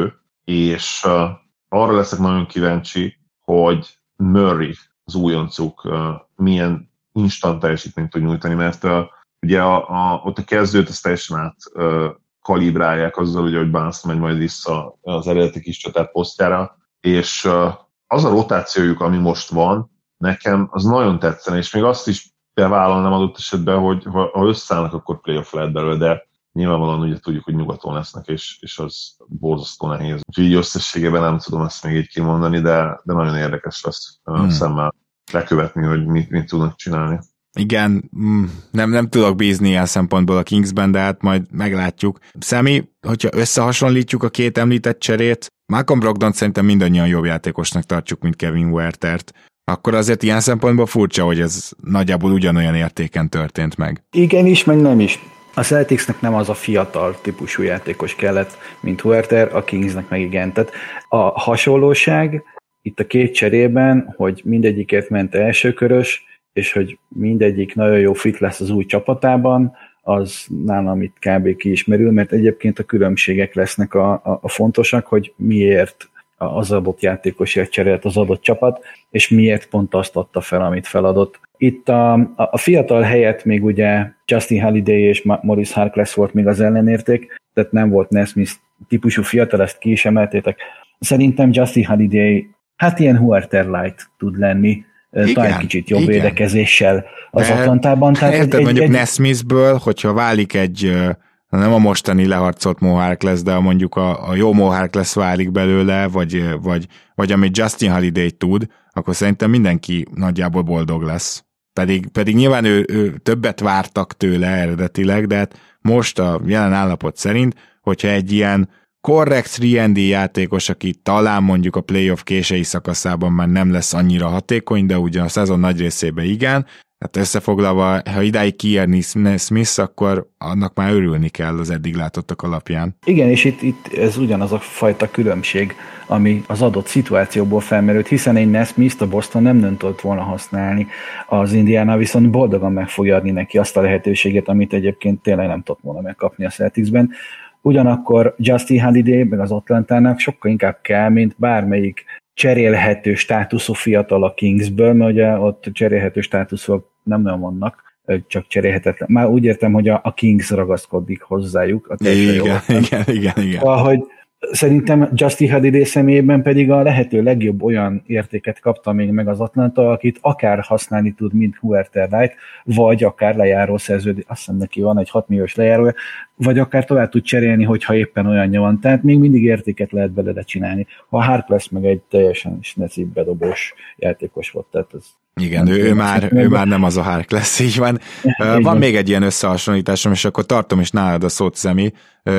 és uh, arra leszek nagyon kíváncsi, hogy Murray, az újoncuk uh, milyen instant teljesítményt tud nyújtani, mert uh, ugye a, a, ott a kezdőt azt teljesen át uh, kalibrálják azzal, ugye, hogy Barnes megy majd vissza az eredeti kis csatár posztjára, és uh, az a rotációjuk, ami most van, nekem az nagyon tetszene, és még azt is bevállalnám adott esetben, hogy ha összeállnak, akkor playoff lehet belőle, de nyilvánvalóan ugye tudjuk, hogy nyugaton lesznek, és, és az borzasztó nehéz. Úgyhogy így összességében nem tudom ezt még így kimondani, de, de nagyon érdekes lesz hmm. szemmel lekövetni, hogy mit, mit tudnak csinálni. Igen, nem, nem tudok bízni ilyen szempontból a Kingsben, de hát majd meglátjuk. Szemi, hogyha összehasonlítjuk a két említett cserét, Malcolm Brogdont szerintem mindannyian jobb játékosnak tartjuk, mint Kevin Huertert. Akkor azért ilyen szempontból furcsa, hogy ez nagyjából ugyanolyan értéken történt meg. Igen is, meg nem is. A Celticsnek nem az a fiatal típusú játékos kellett, mint Huerter, a Kingsnek meg igen. Tehát a hasonlóság itt a két cserében, hogy mindegyikért ment elsőkörös, és hogy mindegyik nagyon jó fit lesz az új csapatában, az nálam itt kb. Kiismerül, mert egyébként a különbségek lesznek a, a, a fontosak, hogy miért az adott játékosért cserélt az adott csapat, és miért pont azt adta fel, amit feladott. Itt a, a fiatal helyett még ugye Justin Holiday és Maurice Harkless volt még az ellenérték, tehát nem volt Nesmith típusú fiatal, ezt ki is emeltétek. Szerintem Justin Holiday, hát ilyen Huerter light tud lenni, igen, talán kicsit jobb igen. védekezéssel az Atlantában. Tehát érted, egy, mondjuk egy... Nesmithből, hogyha válik egy, nem a mostani leharcolt Mo Harkless, de mondjuk a, a jó Mo Harkless válik belőle, vagy, vagy, vagy amit Justin Holiday tud, akkor szerintem mindenki nagyjából boldog lesz. Pedig, pedig nyilván ő, ő többet vártak tőle eredetileg, de hát most a jelen állapot szerint, hogyha egy ilyen korrekt három and D játékos, aki talán mondjuk a playoff késői szakaszában már nem lesz annyira hatékony, de ugye a szezon nagy részében igen, hát összefoglalva, ha idáig kiérni Smith, akkor annak már örülni kell az eddig látottak alapján. Igen, és itt, itt ez ugyanaz a fajta különbség, ami az adott szituációból felmerült, hiszen egy Nesmith a Boston nem döntött volna használni, az Indiana viszont boldogan meg fogja adni neki azt a lehetőséget, amit egyébként tényleg nem tudott volna megkapni a Celticsben. Ugyanakkor Justin Holiday meg az Atlantának sokkal inkább kell, mint bármelyik cserélhető státuszú fiatal a Kingsből, mert ugye ott cserélhető státuszok nem nagyon vannak, csak cserélhetetlen. Már úgy értem, hogy a, a Kings ragaszkodik hozzájuk. A igen, igen, igen, igen. Ahogy szerintem Justin Holiday személyében pedig a lehető legjobb olyan értéket kapta még meg az Atlanta, akit akár használni tud, mint Huerter Light, vagy akár lejáró szerződés, azt hiszem neki van egy hat milliós lejárója, vagy akár tovább tud cserélni, hogyha éppen olyanja van. Tehát még mindig értéket lehet belőle csinálni. Ha Harkless meg egy teljesen snecibb bedobós játékos volt, tehát ez igen, ő, ő, már, ő már nem az a Harkless, így van. Van van még egy ilyen összehasonlításom, és akkor tartom is nálad a szót, Szemi.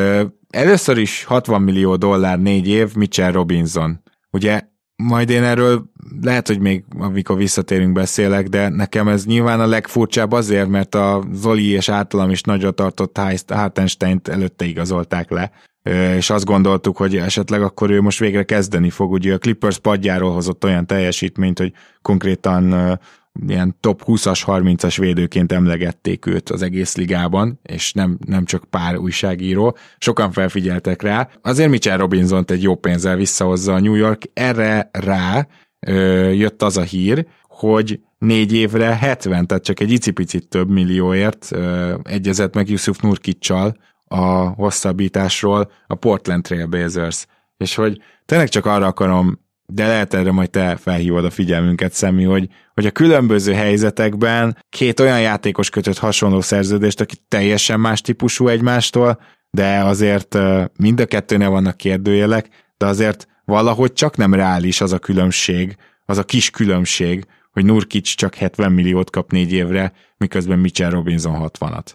Először is hatvan millió dollár négy év, Mitchell Robinson. Ugye, majd én erről lehet, hogy még amikor visszatérünk beszélek, de nekem ez nyilván a legfurcsább azért, mert a Zoli és általam is nagyra tartott Hartensteint előtte igazolták le, és azt gondoltuk, hogy esetleg akkor ő most végre kezdeni fog. Ugye a Clippers padjáról hozott olyan teljesítményt, hogy konkrétan ilyen top húszas, harmincas védőként emlegették őt az egész ligában, és nem, nem csak pár újságíró. Sokan felfigyeltek rá. Azért Mitchell Robinsont egy jó pénzzel visszahozza a New York. Erre rá ö, jött az a hír, hogy négy évre hetven, tehát csak egy icipicit több millióért ö, egyezett meg Jusuf Nurkic-csal a hosszabbításról a Portland Trail Blazers. És hogy tényleg csak arra akarom, de lehet erre majd te felhívod a figyelmünket, Szemi, hogy, hogy a különböző helyzetekben két olyan játékos kötött hasonló szerződést, aki teljesen más típusú egymástól, de azért mind a kettőnél vannak kérdőjelek, de azért valahogy csak nem reális az a különbség, az a kis különbség, hogy Nurkic csak hetven milliót kap négy évre, miközben Mitchell Robinson hatvanat.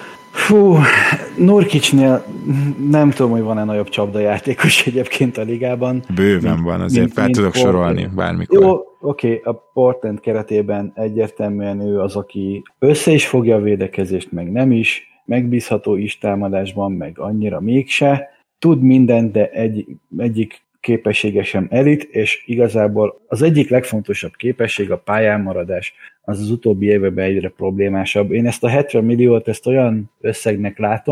Fú, Nurkicnél nem tudom, hogy van-e nagyobb csapdajátékos egyébként a ligában. Bőven mint, van, azért mint, fel mint tudok Portland. Sorolni bármikor. Jó, oké, okay, a Portland keretében egyértelműen ő az, aki össze is fogja a védekezést, meg nem is, megbízható is támadásban, meg annyira mégse. Tud mindent, de egy, egyik képessége sem elit, és igazából az egyik legfontosabb képesség a pályán maradás, az az utóbbi években egyre problémásabb. Én ezt a hetven milliót, ezt olyan összegnek látom,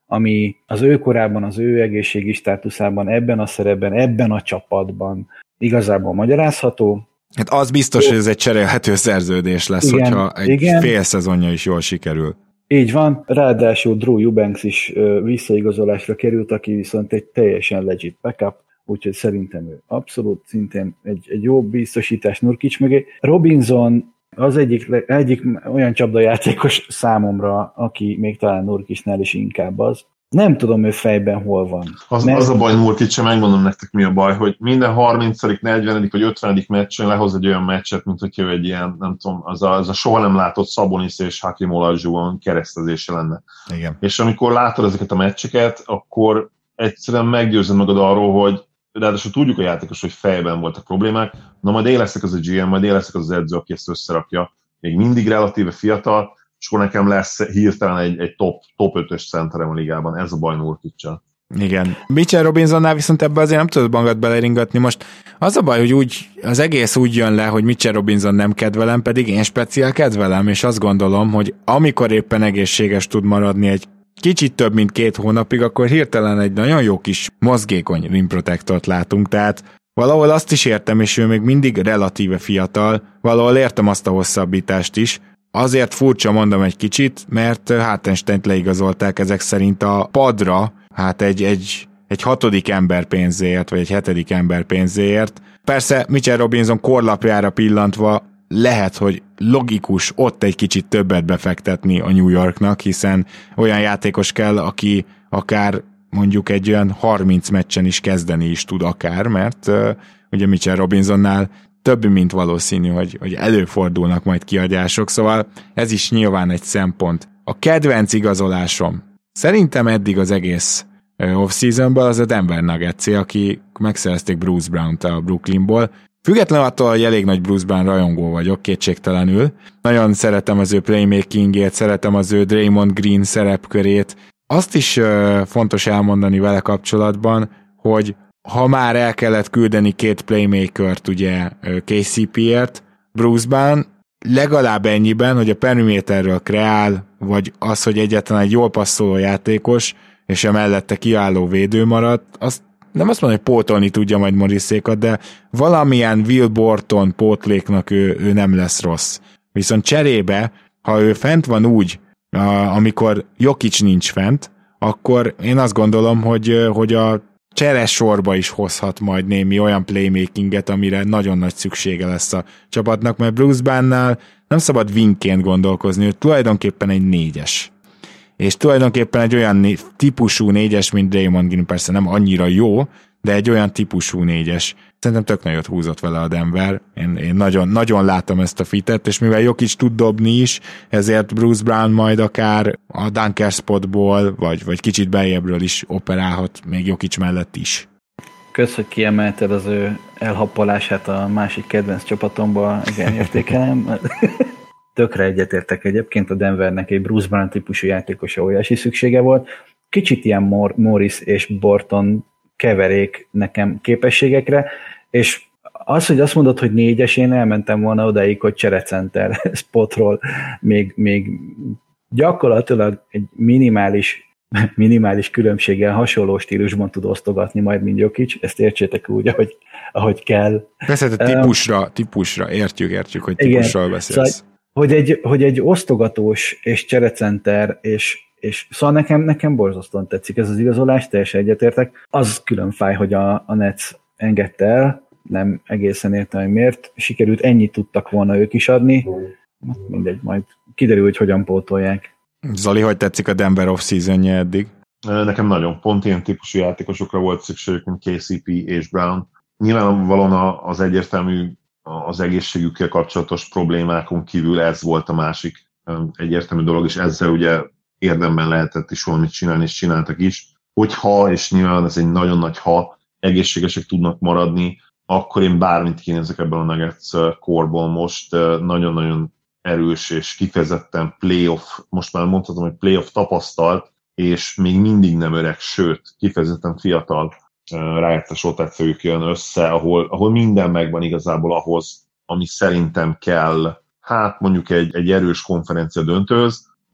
ami az ő korában, az ő egészségi státuszában, ebben a szerepben, ebben a csapatban igazából magyarázható. Hát az biztos, hogy ez egy cserélhető szerződés lesz, igen, hogyha egy igen. fél szezonja is jól sikerül. Így van, ráadásul Drew Eubanks is visszaigazolásra került, aki viszont egy teljesen legit backup, úgyhogy szerintem ő abszolút szintén egy, egy jó biztosítás Nurkic mögé. Robinson az egyik, egyik olyan csapdajátékos számomra, aki még talán Nurkicnál is inkább az. Nem tudom, ő fejben hol van. Az, mert... az a baj Nurkic, megmondom nektek mi a baj, hogy minden harmincadik, negyvenedik vagy ötvenedik meccsen lehoz egy olyan meccset, mint hogyha ő egy ilyen, nem tudom, az a, az a soha nem látott Sabonis és Hakeem Olajuwon keresztezése lenne. Igen. És amikor látod ezeket a meccseket, akkor egyszerűen meggyőzöd magad arról, hogy ráadásul tudjuk a játékos, hogy fejben voltak problémák, na majd én leszek az a gé em, majd én leszek az, az edző, aki ezt összerakja. Még mindig relatíve fiatal, és akkor nekem lesz hirtelen egy, egy top, top ötös centerem a ligában. Ez a baj Nurkic-sal. Igen. Mitchell Robinsonnál viszont ebbe azért nem tudod magad beleringatni. Most az a baj, hogy úgy, az egész úgy jön le, hogy Mitchell Robinson nem kedvelem, pedig én speciál kedvelem, és azt gondolom, hogy amikor éppen egészséges tud maradni egy kicsit több, mint két hónapig, akkor hirtelen egy nagyon jó kis mozgékony rim protectort látunk, tehát valahol azt is értem, és ő még mindig relatíve fiatal, valahol értem azt a hosszabbítást is. Azért furcsa mondom egy kicsit, mert Hartensteint leigazolták ezek szerint a padra, hát egy, egy, egy hatodik ember pénzéért, vagy egy hetedik ember pénzéért. Persze Mitchell Robinson korlapjára pillantva lehet, hogy logikus ott egy kicsit többet befektetni a New Yorknak, hiszen olyan játékos kell, aki akár mondjuk egy olyan harminc meccsen is kezdeni is tud akár, mert uh, ugye Mitchell Robinsonnál több, mint valószínű, hogy, hogy előfordulnak majd kiadások, szóval ez is nyilván egy szempont. A kedvenc igazolásom szerintem eddig az egész off-seasonből az a Denver Nuggets, aki megszerezték Bruce Brown-t a Brooklynból. Függetlenül attól, hogy elég nagy Bruce Brown rajongó vagyok, kétségtelenül. Nagyon szeretem az ő playmakingét, szeretem az ő Draymond Green szerepkörét. Azt is uh, fontos elmondani vele kapcsolatban, hogy ha már el kellett küldeni két playmakert, ugye ká cé pé-ért, Bruce Brown legalább ennyiben, hogy a periméterről kreál, vagy az, hogy egyáltalán egy jól passzoló játékos, és a mellette kiváló védő maradt, azt nem azt mondom, hogy pótolni tudja majd Morrisékat, de valamilyen Will Borton pótléknak ő, ő nem lesz rossz. Viszont cserébe, ha ő fent van úgy, amikor Jokic nincs fent, akkor én azt gondolom, hogy, hogy a cseres sorba is hozhat majd némi olyan playmakinget, amire nagyon nagy szüksége lesz a csapatnak, mert Bruce Brown-nál nem szabad wingként gondolkozni, hogy tulajdonképpen egy négyes. És tulajdonképpen egy olyan típusú négyes, mint Draymond Green, persze nem annyira jó, de egy olyan típusú négyes. Szerintem tök nagyot húzott vele a Denver. Én, én nagyon, nagyon látom ezt a fitet, és mivel Jokic tud dobni is, ezért Bruce Brown majd akár a dunker spotból, vagy, vagy kicsit beljebbről is operálhat, még Jokic mellett is. Kösz, hogy kiemelted az ő elhappolását a másik kedvenc csapatomból, igen, értékelem. Tökre egyetértek egyébként, a Denvernek egy Bruce Brown típusú játékosa óriási szüksége volt. Kicsit ilyen Mor- Morris és Borton keverék nekem képességekre, és az, hogy azt mondod, hogy négyes, én elmentem volna odaig, hogy cserecenter spotról még, még gyakorlatilag egy minimális, minimális különbséggel hasonló stílusban tud osztogatni majd, mint Jokic, ezt értsétek úgy, ahogy, ahogy kell. Persze, típusra, um, típusra, értjük, értjük, hogy típusról beszélsz. Szóval, hogy egy, hogy egy osztogatós és cserecenter, és, és szóval nekem, nekem borzasztóan tetszik ez az igazolás, teljesen egyetértek. Az külön fáj, hogy a, a Nets engedte el, nem egészen értem, hogy miért. Sikerült, ennyit tudtak volna ők is adni. Mindegy, majd kiderül, hogy hogyan pótolják. Zoli, hogy tetszik a Denver off-seasonje eddig? Nekem nagyon pont ilyen típusú játékosokra volt szükségük, mint ká cé pé és Brown. Nyilvánvalóan az egyértelmű az egészségükkel kapcsolatos problémákon kívül ez volt a másik egyértelmű dolog, és ezzel ugye érdemben lehetett is valamit csinálni, és csináltak is. Hogyha, és nyilván ez egy nagyon nagy ha, egészségesek tudnak maradni, akkor én bármit kinézek ebből a Nuggets korból most. Nagyon-nagyon erős és kifejezetten playoff, most már mondhatom, hogy playoff tapasztalt, és még mindig nem öreg, sőt, kifejezetten fiatal rájártas rotációjuk jön össze, ahol, ahol minden megvan igazából ahhoz, ami szerintem kell, hát mondjuk egy, egy erős konferencia döntőhöz,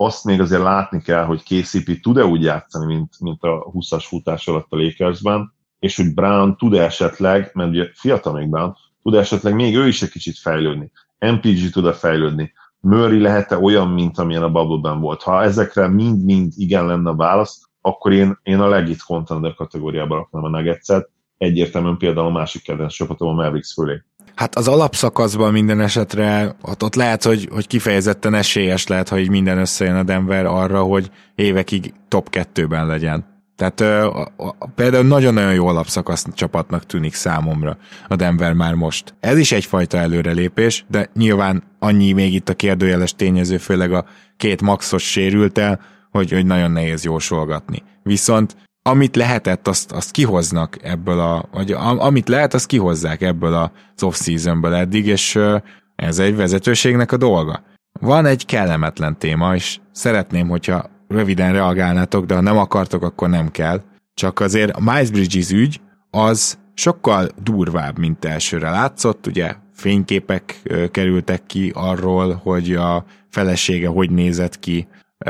azt még azért látni kell, hogy ká cé pé tud-e úgy játszani, mint, mint a húszas futás alatt a Lakersben, és hogy Brown tud esetleg, mert ugye fiatal még Brown, tud esetleg még ő is egy kicsit fejlődni. em pé gé tud-e fejlődni. Murray lehet-e olyan, mint amilyen a bubble-ben volt. Ha ezekre mind-mind igen lenne a válasz, akkor én, én a legit contender kategóriába raknám a Nuggets-et, egyértelműen például a másik kedvenc csapatom a Mavericks fölé. Hát az alapszakaszban minden esetre ott, ott lehet, hogy, hogy kifejezetten esélyes lehet, ha így minden összejön a Denver arra, hogy évekig top kettőben legyen. Tehát ö, a, a, például nagyon-nagyon jó alapszakasz csapatnak tűnik számomra a Denver már most. Ez is egyfajta előrelépés, de nyilván annyi még itt a kérdőjeles tényező, főleg a két maxos sérült el, hogy, hogy nagyon nehéz jósolgatni. Viszont amit lehetett, azt, azt kihoznak ebből a, vagy amit lehet, azt kihozzák ebből az off-seasonből eddig, és ez egy vezetőségnek a dolga. Van egy kellemetlen téma, és szeretném, hogyha röviden reagálnátok, de ha nem akartok, akkor nem kell. Csak azért a Miles Bridges ügy az sokkal durvább, mint elsőre látszott, ugye fényképek kerültek ki arról, hogy a felesége hogy nézett ki,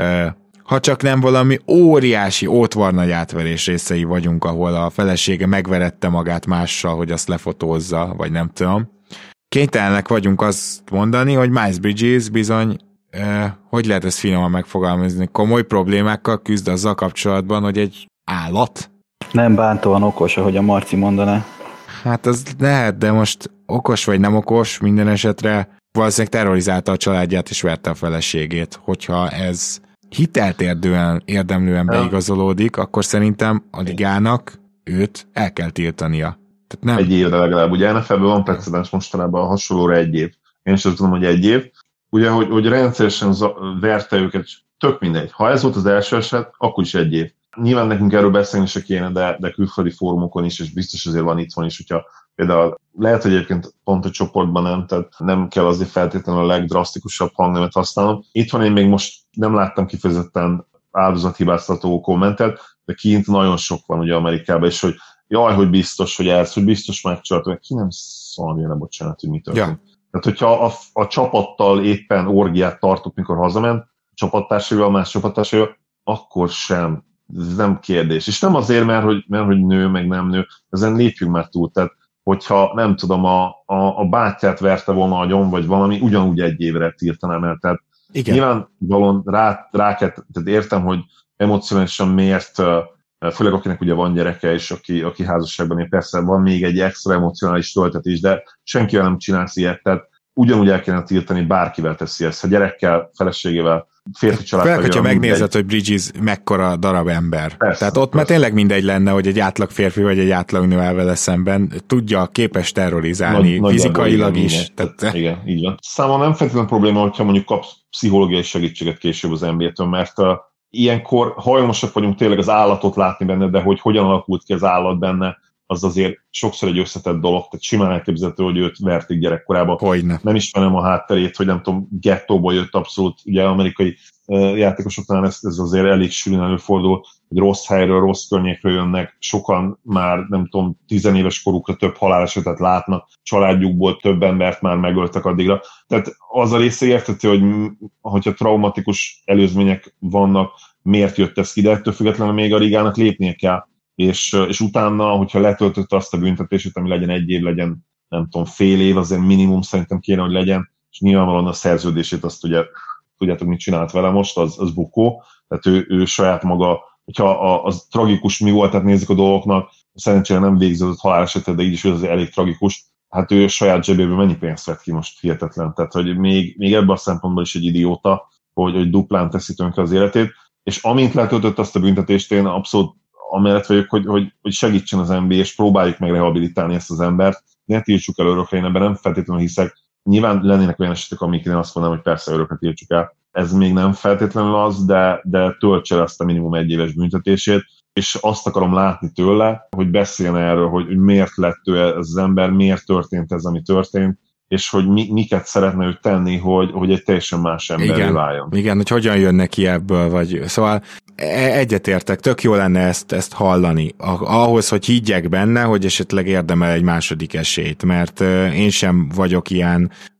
ha csak nem valami óriási ótvarnagy átverés részei vagyunk, ahol a felesége megverette magát mással, hogy azt lefotózza, vagy nem tudom. Kénytelenek vagyunk azt mondani, hogy Miles Bridges bizony, eh, hogy lehet ezt finoman megfogalmazni, komoly problémákkal küzd azzal kapcsolatban, hogy egy állat. Nem bántóan okos, ahogy a Marci mondaná. Hát az lehet, de most okos vagy nem okos, minden esetre valószínűleg terrorizálta a családját és verte a feleségét, hogyha ez hitelt érdően, érdemlően beigazolódik, akkor szerintem a ligának őt el kell tiltania. Tehát nem. Egy évre legalább. Ugye en ef el-ben van precedens mostanában a hasonlóra egy év. Én is azt tudom, hogy egy év. Ugye, hogy, hogy rendszeresen verte őket, tök mindegy. Ha ez volt az első eset, akkor is egy év. Nyilván nekünk erről beszélni se kéne, de, de külföldi fórumokon is, és biztos azért van itt van is, hogyha például lehet, hogy egyébként pont a csoportban nem, tehát nem kell azért feltétlenül a legdrasztikusabb hangnemet használnom. Itt van, én még most nem láttam kifejezetten áldozathibáztató kommentet, de kint nagyon sok van ugye Amerikában, és hogy jaj, hogy biztos, hogy ez, hogy biztos megcsalt, meg ki nem szólni, ne bocsánat, hogy mi történt. Ja. Tehát, hogyha a, a csapattal éppen orgiát tartott, mikor hazament, a csapattársaival, más csapattársaival, akkor sem. Ez nem kérdés. És nem azért, mert hogy, mert hogy nő, meg nem nő, ezen lépjünk már túl. Tehát, hogyha nem tudom, a, a, a bátyját verte volna agyon, vagy valami, ugyanúgy egy évre tiltanám el. Tehát igen. Nyilvánvalóan rá, rá kell, tehát értem, hogy emocionálisan miért, főleg akinek ugye van gyereke, és aki, aki házasságban él, persze van még egy extra emocionális töltetés, de senkivel nem csinálsz ilyet, tehát ugyanúgy el kellene tiltani, bárkivel teszi ezt. Ha gyerekkel, feleségével, férfi családtagja. Főleg, hogyha megnézed, hogy Bridges mekkora darab ember. Persze, Tehát ott persze. Már tényleg mindegy lenne, hogy egy átlag férfi vagy egy átlag nő áll vele szemben tudja, képes terrorizálni, nagy, fizikailag igen, is. Igen, Tehát... igen, így van. Számomra nem feltétlenül probléma, hogyha mondjuk kapsz pszichológiai segítséget később az en bé á-től, mert uh, ilyenkor hajlamosak vagyunk tényleg az állatot látni benne, de hogy hogyan alakult ki az állat benne, az azért sokszor egy összetett dolog, tehát simán elképzelhető, hogy őt verték gyerekkorában. Hogyne. Nem ismerem a hátterét, hogy nem tudom, gettóból jött abszolút, ugye amerikai uh, játékosoknál ez, ez azért elég sűrűn előfordul, hogy rossz helyről, rossz környékről jönnek, sokan már nem tudom, tizenéves korukra több halálesetet látnak, családjukból több embert már megöltek addigra. Tehát az a része értető, hogy hogyha traumatikus előzmények vannak, miért jött ez ki, de ettől függetlenül még a ligának lépnie kell. És, és utána, hogyha letöltött azt a büntetését, ami legyen egy év, legyen nem tudom, fél év, azért minimum szerintem kéne, hogy legyen, és nyilvánvalóan a szerződését azt ugye, tudjátok, mit csinált vele most, az, az bukó, tehát ő, ő saját maga, hogyha az tragikus mi volt, tehát nézzük a dolgoknak, szerencsére nem végződött halálesetet, de így is az elég tragikus, hát ő saját zsebéből mennyi pénzt vett ki most, hihetetlen, tehát hogy még, még ebben a szempontból is egy idióta, hogy, hogy duplán teszi tönkre az életét, és amint letöltött azt a büntetést, én abszolút amellett vagyok, hogy, hogy, hogy segítsen az en bé á, és próbáljuk meg rehabilitálni ezt az embert, ne tiltsuk el örökre, én ebben nem feltétlenül hiszek. Nyilván lennének olyan esetek, amikre én azt mondanám, hogy persze örökre tiltsuk el. Ez még nem feltétlenül az, de, de töltse el azt a minimum egy éves büntetését, és azt akarom látni tőle, hogy beszéljen erről, hogy miért lett ő ez az ember, miért történt ez, ami történt, és hogy mi, miket szeretne ő tenni, hogy, hogy egy teljesen más emberré váljon. Igen, hogy hogyan jön neki ebből, vagy szóval egyetértek, tök jó lenne ezt, ezt hallani, ahhoz, hogy higgyek benne, hogy esetleg érdemel egy második esélyt, mert én sem vagyok ilyen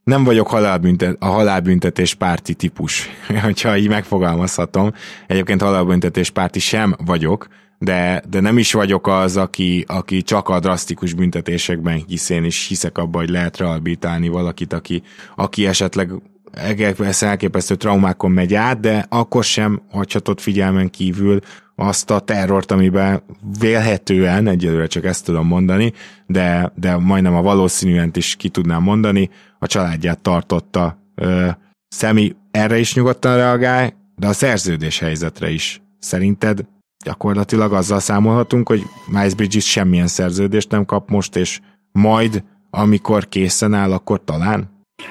nem vagyok halálbüntet, a halálbüntetés párti típus, hogyha így megfogalmazhatom. Egyébként halálbüntetés párti sem vagyok, de, de nem is vagyok az, aki, aki csak a drasztikus büntetésekben hisz, én is hiszek abba, hogy lehet rehabilitálni valakit, aki, aki esetleg elképesztő traumákon megy át, de akkor sem hagyhatott figyelmen kívül azt a terrort, amiben vélhetően, egyelőre csak ezt tudom mondani, de, de majdnem a valószínűen is ki tudnám mondani, a családját tartotta. Szemi, erre is nyugodtan reagálj, de a szerződés helyzetre is. Szerinted gyakorlatilag azzal számolhatunk, hogy Miles Bridges semmilyen szerződést nem kap most, és majd, amikor készen áll, akkor talán?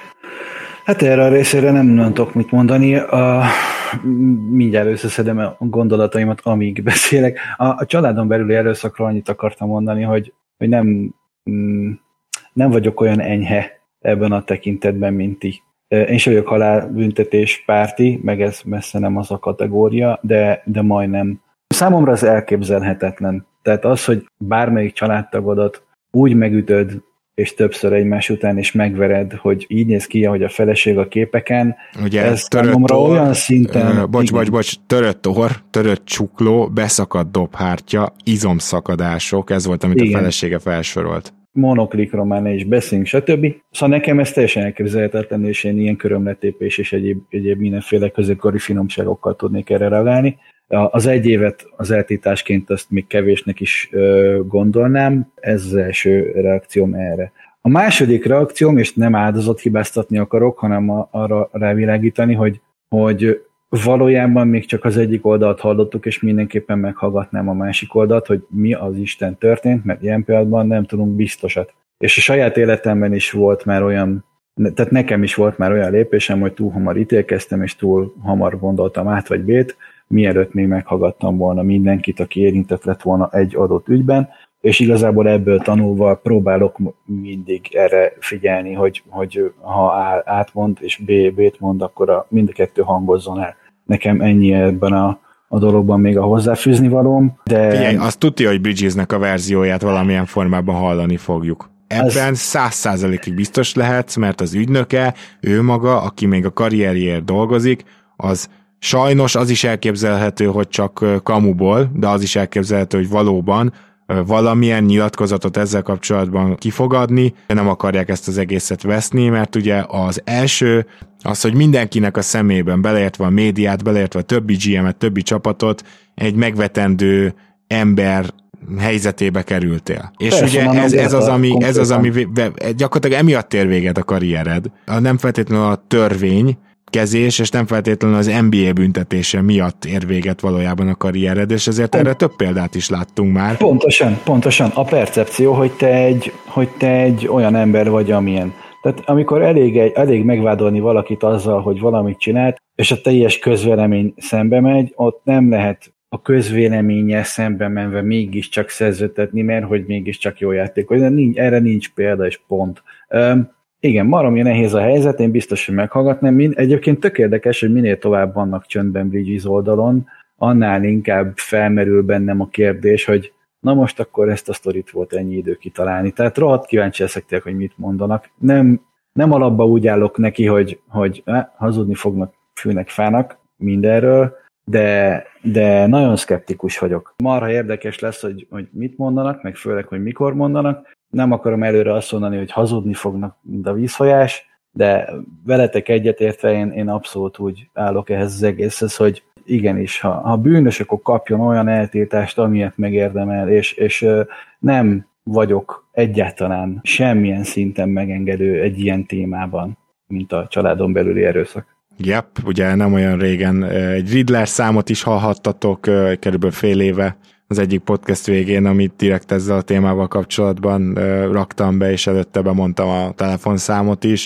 Hát erre a részére nem, nem tudok mit mondani. A, mindjárt összeszedem a gondolataimat, amíg beszélek. A, a családon belüli erőszakról annyit akartam mondani, hogy, hogy nem, nem vagyok olyan enyhe ebben a tekintetben, mint ti. Én sem vagyok halálbüntetés párti, meg ez messze nem az a kategória, de, de majdnem. Számomra az elképzelhetetlen. Tehát az, hogy bármelyik családtagodat úgy megütöd, és többször egymás után is megvered, hogy így néz ki, hogy a feleség a képeken. Ugye ez törött orr, olyan szinten... Uh, bocs, bocs, bocs, törött orr, törött csukló, beszakadt dobhártya, izomszakadások, ez volt, amit igen. A felesége felsorolt. Monoklikról is beszélünk, stb. Szóval nekem ez teljesen elképzelhetetlen, és én ilyen körömletépés és egyéb, egyéb mindenféle középkori finomságokkal tudnék erre reagálni. Az egy évet az eltiltásként azt még kevésnek is gondolnám, ez az első reakcióm erre. A második reakcióm, és nem áldozott hibáztatni akarok, hanem arra rávilágítani, hogy, hogy valójában még csak az egyik oldalt hallottuk, és mindenképpen meghallgatnám a másik oldalt, hogy mi az Isten történt, mert ilyen pillanatban nem tudunk biztosat. És a saját életemben is volt már olyan, tehát nekem is volt már olyan lépésem, hogy túl hamar ítélkeztem, és túl hamar gondoltam át vagy bét, mielőtt még meghallgattam volna mindenkit, aki érintett lett volna egy adott ügyben, és igazából ebből tanulva próbálok mindig erre figyelni, hogy, hogy ha A átmond és B B-t mond, akkor a mind a kettő hangozzon el. Nekem ennyi ebben a, a dologban még a hozzáfűzni valóm, de... Figyelj, azt tudja, hogy Bridgesnek a verzióját valamilyen formában hallani fogjuk. Ebben száz százalékig biztos lehetsz, mert az ügynöke, ő maga, aki még a karrierjéért dolgozik, az sajnos az is elképzelhető, hogy csak kamuból, de az is elképzelhető, hogy valóban valamilyen nyilatkozatot ezzel kapcsolatban kifogadni, de nem akarják ezt az egészet veszni, mert ugye az első, az, hogy mindenkinek a szemében, beleértve a médiát, beleértve a többi gé em-et, többi csapatot, egy megvetendő ember helyzetébe kerültél. És persze, ugye ez, ez, az, ami, ez az, ami gyakorlatilag emiatt ér véget a karriered. Nem feltétlenül a törvény kezés, és nem feltétlenül az en bé á büntetése miatt ér véget valójában a karriered, és ezért erre több példát is láttunk már. Pontosan, pontosan. A percepció, hogy te egy, hogy te egy olyan ember vagy, amilyen. Tehát amikor elég, elég megvádolni valakit azzal, hogy valamit csinált, és a teljes közvélemény szembe megy, ott nem lehet a közvéleménnyel szembe menve mégiscsak szerződtetni, mert hogy mégiscsak jó játék. Erre nincs példa, és pont. Um, Igen, maromja nehéz a helyzet, én biztos, hogy meghallgatnám. Min- Egyébként tök érdekes, hogy minél tovább vannak csöndben Bridges oldalon, annál inkább felmerül bennem a kérdés, hogy na most akkor ezt a sztorit volt ennyi idő kitalálni. Tehát rohadt kíváncsi leszek tényleg, hogy mit mondanak. Nem, nem alapba úgy állok neki, hogy, hogy eh, hazudni fognak fűnek fának mindenről, de, de nagyon szkeptikus vagyok. Marha érdekes lesz, hogy, hogy mit mondanak, meg főleg, hogy mikor mondanak. Nem akarom előre azt mondani, hogy hazudni fognak, mint a vízfolyás, de veletek egyetértve én, én abszolút úgy állok ehhez az egészhez, hogy igenis, ha, ha bűnös, akkor kapjon olyan eltiltást, amilyet megérdemel, és, és nem vagyok egyáltalán semmilyen szinten megengedő egy ilyen témában, mint a családon belüli erőszak. Yep, ugye nem olyan régen egy Riddler számot is hallhattatok, körülbelül fél éve az egyik podcast végén, amit direkt ezzel a témával kapcsolatban raktam be, és előtte bemondtam a telefonszámot is.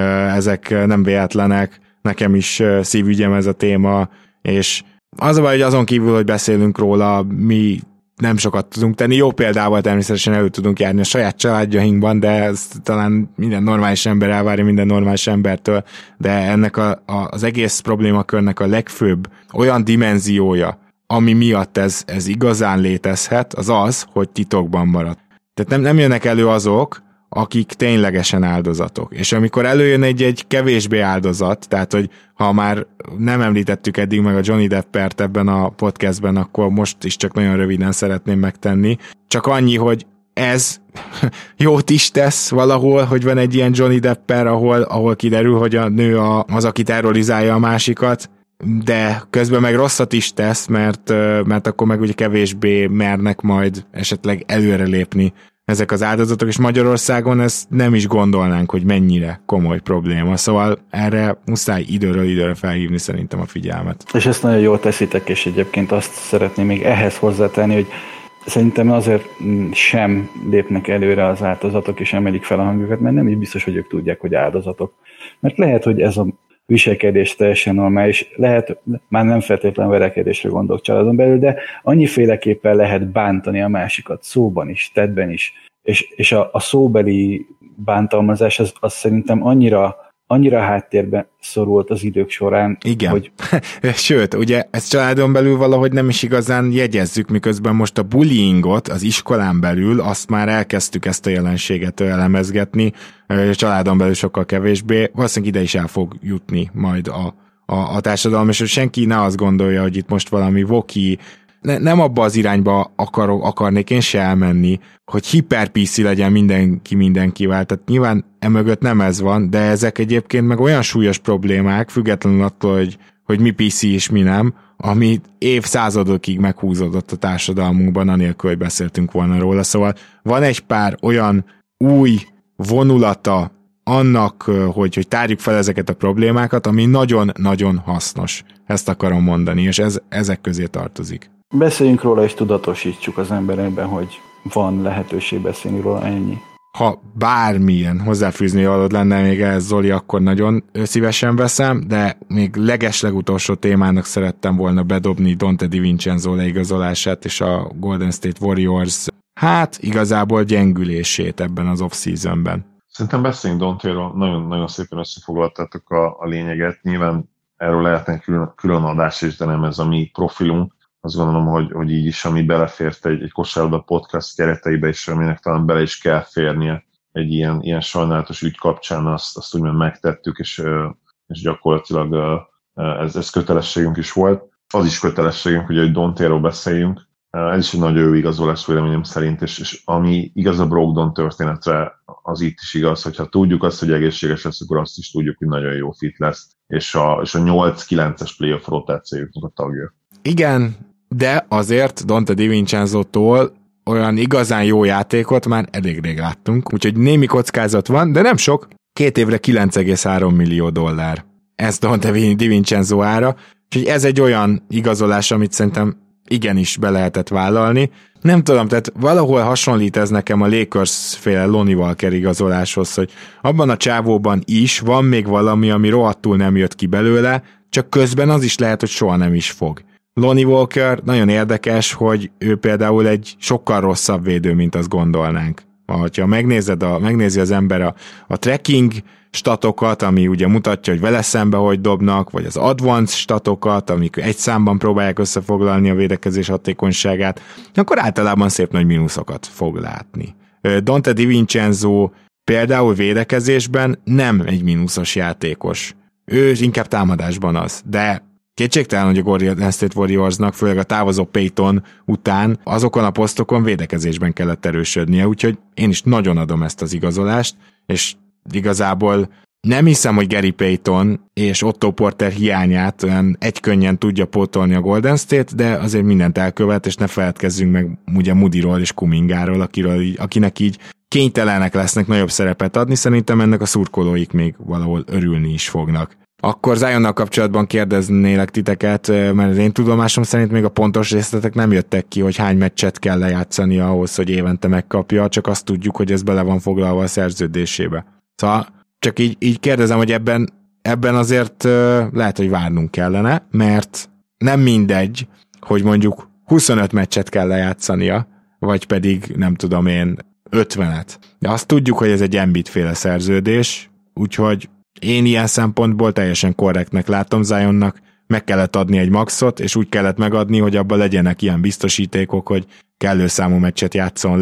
Ezek nem véletlenek, nekem is szívügyem ez a téma, és az a baj, hogy azon kívül, hogy beszélünk róla, mi nem sokat tudunk tenni. Jó példával természetesen elő tudunk járni a saját családjainkban, de ez talán minden normális ember elvárja minden normális embertől, de ennek a, a, az egész problémakörnek a legfőbb olyan dimenziója, ami miatt ez, ez igazán létezhet, az az, hogy titokban marad. Tehát nem, nem jönnek elő azok, akik ténylegesen áldozatok. És amikor előjön egy-egy kevésbé áldozat, tehát, hogy ha már nem említettük eddig meg a Johnny Deppert ebben a podcastben, akkor most is csak nagyon röviden szeretném megtenni. Csak annyi, hogy ez jót is tesz valahol, hogy van egy ilyen Johnny Depper, ahol, ahol kiderül, hogy a nő a, az, aki terrorizálja a másikat, de közben meg rosszat is tesz, mert, mert akkor meg ugye kevésbé mernek majd esetleg előrelépni ezek az áldozatok, és Magyarországon ezt nem is gondolnánk, hogy mennyire komoly probléma. Szóval erre muszáj időről időre felhívni szerintem a figyelmet. És ezt nagyon jól teszitek, és egyébként azt szeretném még ehhez hozzátenni, hogy szerintem azért sem lépnek előre az áldozatok, és emelik fel a hangjukat, mert nem is biztos, hogy ők tudják, hogy áldozatok. Mert lehet, hogy ez a viselkedés teljesen normális, lehet, már nem feltétlenül verekedésre gondolok családon belül, de annyiféleképpen lehet bántani a másikat, szóban is, tettben is, és, és a, a szóbeli bántalmazás az, az szerintem annyira, annyira háttérbe szorult az idők során. Igen, hogy... sőt, ugye ezt családon belül valahogy nem is igazán jegyezzük, miközben most a bullyingot az iskolán belül, azt már elkezdtük ezt a jelenséget elemezgetni, a családon belül sokkal kevésbé, valószínűleg ide is el fog jutni majd a, a, a társadalom, és senki ne azt gondolja, hogy itt most valami voki, ne, nem abba az irányba akarok, akarnék én se elmenni, hogy hiperpiszi legyen mindenki mindenkivel, tehát nyilván emögött nem ez van, de ezek egyébként meg olyan súlyos problémák, függetlenül attól, hogy, hogy mi piszi és mi nem, ami évszázadokig meghúzódott a társadalmunkban, anélkül, hogy beszéltünk volna róla, szóval van egy pár olyan új vonulata annak, hogy, hogy tárjuk fel ezeket a problémákat, ami nagyon-nagyon hasznos. Ezt akarom mondani, és ez, ezek közé tartozik. Beszéljünk róla, és tudatosítsuk az emberekben, hogy van lehetőség beszélni róla, ennyi. Ha bármilyen hozzáfűzni valód lenne még ehhez, Zoli, akkor nagyon szívesen veszem, de még legeslegutolsó témának szerettem volna bedobni Donte DiVincenzo leigazolását és a Golden State Warriors hát igazából gyengülését ebben az off-seasonben. Szerintem beszéljünk Dontéről, nagyon, nagyon szépen összefoglaltátok a, a lényeget. Nyilván erről lehetne külön, külön adás is, de nem ez a mi profilunk. Azt gondolom, hogy, hogy így is, ami belefért egy, egy kosárlabda podcast kereteibe, és aminek talán bele is kell férnie egy ilyen, ilyen sajnálatos ügy kapcsán, azt, azt úgymond megtettük, és, és gyakorlatilag ez, ez kötelességünk is volt. Az is kötelességünk, hogy egy Dontéről beszéljünk. Ez is egy nagyon jó igazolás véleményem szerint, és, és ami igaz a Brogdon történetre, az itt is igaz, hogyha tudjuk azt, hogy egészséges lesz, akkor azt is tudjuk, hogy nagyon jó fit lesz, és a, és a nyolc-kilences playoff rotációknak a tagja. Igen, de azért Donte DiVincenzótól olyan igazán jó játékot már elég rég láttunk, úgyhogy némi kockázat van, de nem sok. Két évre kilenc egész három millió dollár. Ez Donte DiVincenzo ára, úgyhogy ez egy olyan igazolás, amit szerintem igenis be lehetett vállalni. Nem tudom, tehát valahol hasonlít ez nekem a Lakers-féle Lonnie Walker igazoláshoz, hogy abban a csávóban is van még valami, ami rohadtul nem jött ki belőle, csak közben az is lehet, hogy soha nem is fog. Lonnie Walker nagyon érdekes, hogy ő például egy sokkal rosszabb védő, mint azt gondolnánk. Ha megnézed a, megnézi az ember a, a tracking statokat, ami ugye mutatja, hogy vele szembe hogy dobnak, vagy az advanced statokat, amik egy számban próbálják összefoglalni a védekezés hatékonyságát, akkor általában szép nagy mínuszokat fog látni. Donte DiVincenzo például védekezésben nem egy mínuszos játékos. Ő inkább támadásban az, de kétségtelen, hogy a Golden State Warriorsnak, főleg a távozó Payton után azokon a posztokon védekezésben kellett erősödnie, úgyhogy én is nagyon adom ezt az igazolást, és igazából nem hiszem, hogy Gary Payton és Otto Porter hiányát olyan egykönnyen tudja pótolni a Golden State, de azért mindent elkövet, és ne feledkezzünk meg ugye Moodyról és Kumingáról, akiről, akinek így kénytelenek lesznek nagyobb szerepet adni, szerintem ennek a szurkolóik még valahol örülni is fognak. Akkor Zionnal kapcsolatban kérdeznélek titeket, mert az én tudomásom szerint még a pontos részletek nem jöttek ki, hogy hány meccset kell lejátszani ahhoz, hogy évente megkapja, csak azt tudjuk, hogy ez bele van foglalva a szerződésébe. Szóval csak így, így kérdezem, hogy ebben, ebben azért lehet, hogy várnunk kellene, mert nem mindegy, hogy mondjuk huszonöt meccset kell lejátszania, vagy pedig nem tudom én ötvenet. De azt tudjuk, hogy ez egy Embiid-féle szerződés, úgyhogy én ilyen szempontból teljesen korrektnek látom Zionnak, meg kellett adni egy maxot, és úgy kellett megadni, hogy abban legyenek ilyen biztosítékok, hogy kellő számú meccset játszon le,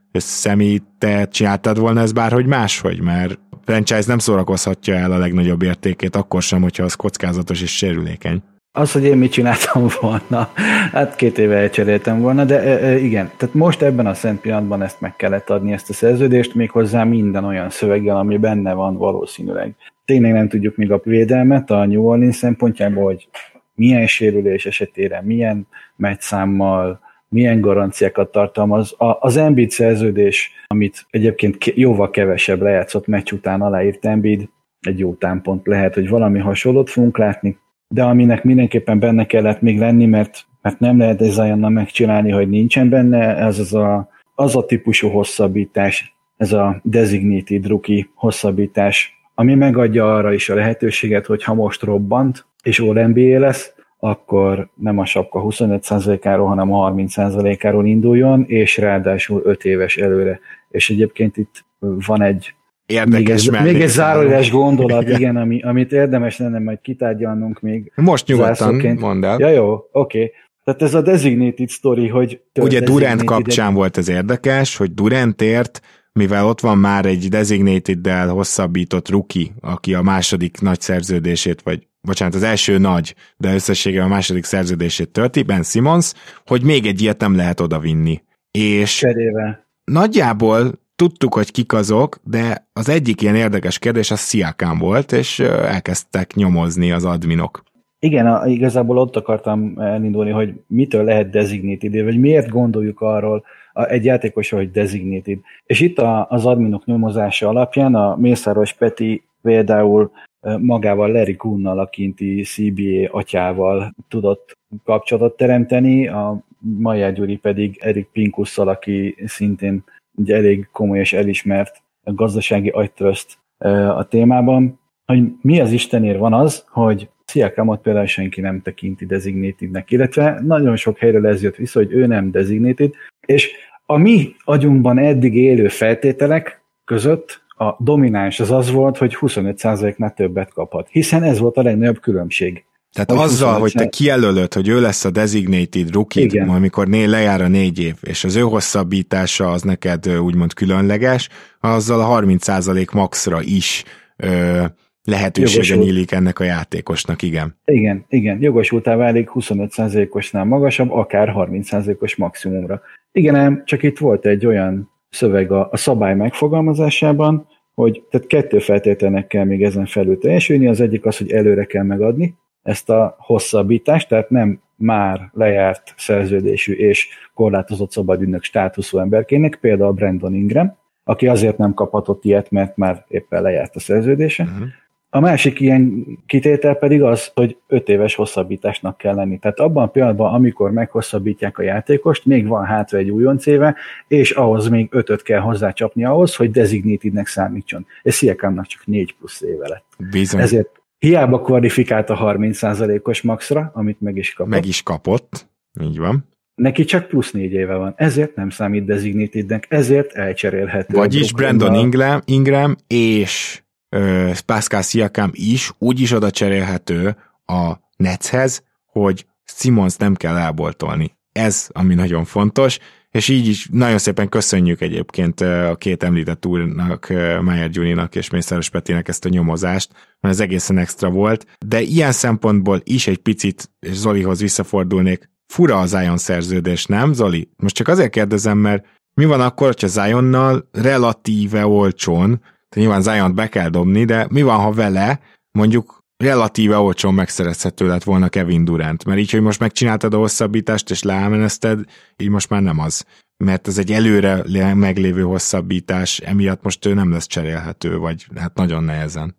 Szemi, te csináltad volna ezt bárhogy máshogy, mert a franchise nem szórakozhatja el a legnagyobb értékét, akkor sem, hogyha az kockázatos és sérülékeny. Az, hogy én mit csináltam volna, hát két éve elcseréltem volna, de e, e, igen, tehát most ebben a szent pillanatban ezt meg kellett adni, ezt a szerződést, méghozzá minden olyan szöveggel, ami benne van valószínűleg. Tényleg nem tudjuk még a védelmet a New Orleans szempontjából, hogy milyen sérülés esetére, milyen meccszámmal, milyen garanciákat tartalmaz. Az Embiid szerződés, amit egyébként jóval kevesebb lejátszott meccs után aláírt Embiid, egy jó támpont lehet, hogy valami hasonlót fogunk látni, de aminek mindenképpen benne kellett még lenni, mert, mert nem lehet ez Zionnal megcsinálni, hogy nincsen benne, ez az a, az a típusú hosszabbítás, ez a designated rookie hosszabbítás, ami megadja arra is a lehetőséget, hogy ha most robbant, és All N B A lesz, akkor nem a sapka huszonöt százalékáról, hanem a harminc százalékáról induljon, és ráadásul öt éves előre. És egyébként itt van egy érdekes még, még egy zárójeles gondolat, igen, igen ami, amit érdemes lenne majd kitárgyalnunk még. Most nyugodtan mondd el. Ja, jó, oké. Okay. Tehát ez a designated story, hogy... Ugye Durant kapcsán egy... volt ez érdekes, hogy Durantért, mivel ott van már egy designated-del hosszabbított rookie, aki a második nagy szerződését, vagy bocsánat, az első nagy, de összességében a második szerződését tölti, Ben Simmons, hogy még egy ilyet nem lehet odavinni. És Cserével. Nagyjából tudtuk, hogy kik azok, de az egyik ilyen érdekes kérdés az Siakam volt, és elkezdtek nyomozni az adminok. Igen, a, igazából ott akartam elindulni, hogy mitől lehet designated, vagy miért gondoljuk arról a, egy játékosról, hogy designated. És itt a, az adminok nyomozása alapján a Mészáros Peti például magával Larry Kuhnal, a kinti C B A atyával tudott kapcsolatot teremteni, a Majer Gyuri pedig Erik Pinkusszal, aki szintén egy elég komoly és elismert gazdasági agytröszt a témában, hogy mi az Istenért van az, hogy Siakamot például senki nem tekinti designatednek, illetve nagyon sok helyről ez jött vissza, hogy ő nem designated, és a mi agyunkban eddig élő feltételek között a domináns az az volt, hogy huszonöt százaléknál többet kaphat, hiszen ez volt a legnagyobb különbség. Tehát hogy azzal, hogy te kijelölöd, hogy ő lesz a designated rookie, amikor né, lejár a négy év, és az ő hosszabbítása az neked úgymond különleges, azzal a harminc százalék maxra is ö, lehetősége jogosult. Nyílik ennek a játékosnak, igen. Igen, igen, jogosultá válik huszonöt százalékosnál magasabb, akár harminc százalékos maximumra. Igen, ám csak itt volt egy olyan szöveg a, a szabály megfogalmazásában, hogy tehát kettő feltételnek kell még ezen felül teljesülni, az egyik az, hogy előre kell megadni ezt a hosszabbítást, tehát nem már lejárt szerződésű és korlátozott szabadügynök státuszú emberkének, például Brandon Ingram, aki azért nem kaphatott ilyet, mert már éppen lejárt a szerződése. Uh-huh. A másik ilyen kitétel pedig az, hogy öt éves hosszabbításnak kell lenni. Tehát abban a pillanatban, amikor meghosszabbítják a játékost, még van hátra egy újonc éve, és ahhoz még ötöt kell hozzácsapni ahhoz, hogy designatednek számítson. És Siakamnak csak négy plusz éve lett. Bizony. Ezért hiába kvalifikált a harminc százalékos maxra, amit meg is kapott. Meg is kapott, így van. Neki csak plusz négy éve van, ezért nem számít designatednek, ezért elcserélhető. Vagyis Brandon Ingram, Ingram és uh, Pascal Siakam is úgy is oda cserélhető a Netshez, hogy Simmons nem kell elboltolni. Ez, ami nagyon fontos, és így is nagyon szépen köszönjük egyébként a két említett úrnak, Majer Gyurinak és Mészáros Petinek ezt a nyomozást, mert ez egészen extra volt, de ilyen szempontból is egy picit, és Zolihoz visszafordulnék, fura a Zion szerződés, nem, Zoli? Most csak azért kérdezem, mert mi van akkor, hogyha Zionnal relatíve olcsón, tehát nyilván Ziont be kell dobni, de mi van, ha vele mondjuk relatíve olcsón megszerezhető lett volna Kevin Durant, mert így, hogy most megcsináltad a hosszabbítást, és leámenezted, így most már nem az. Mert ez egy előre meglévő hosszabbítás, emiatt most ő nem lesz cserélhető, vagy hát nagyon nehezen.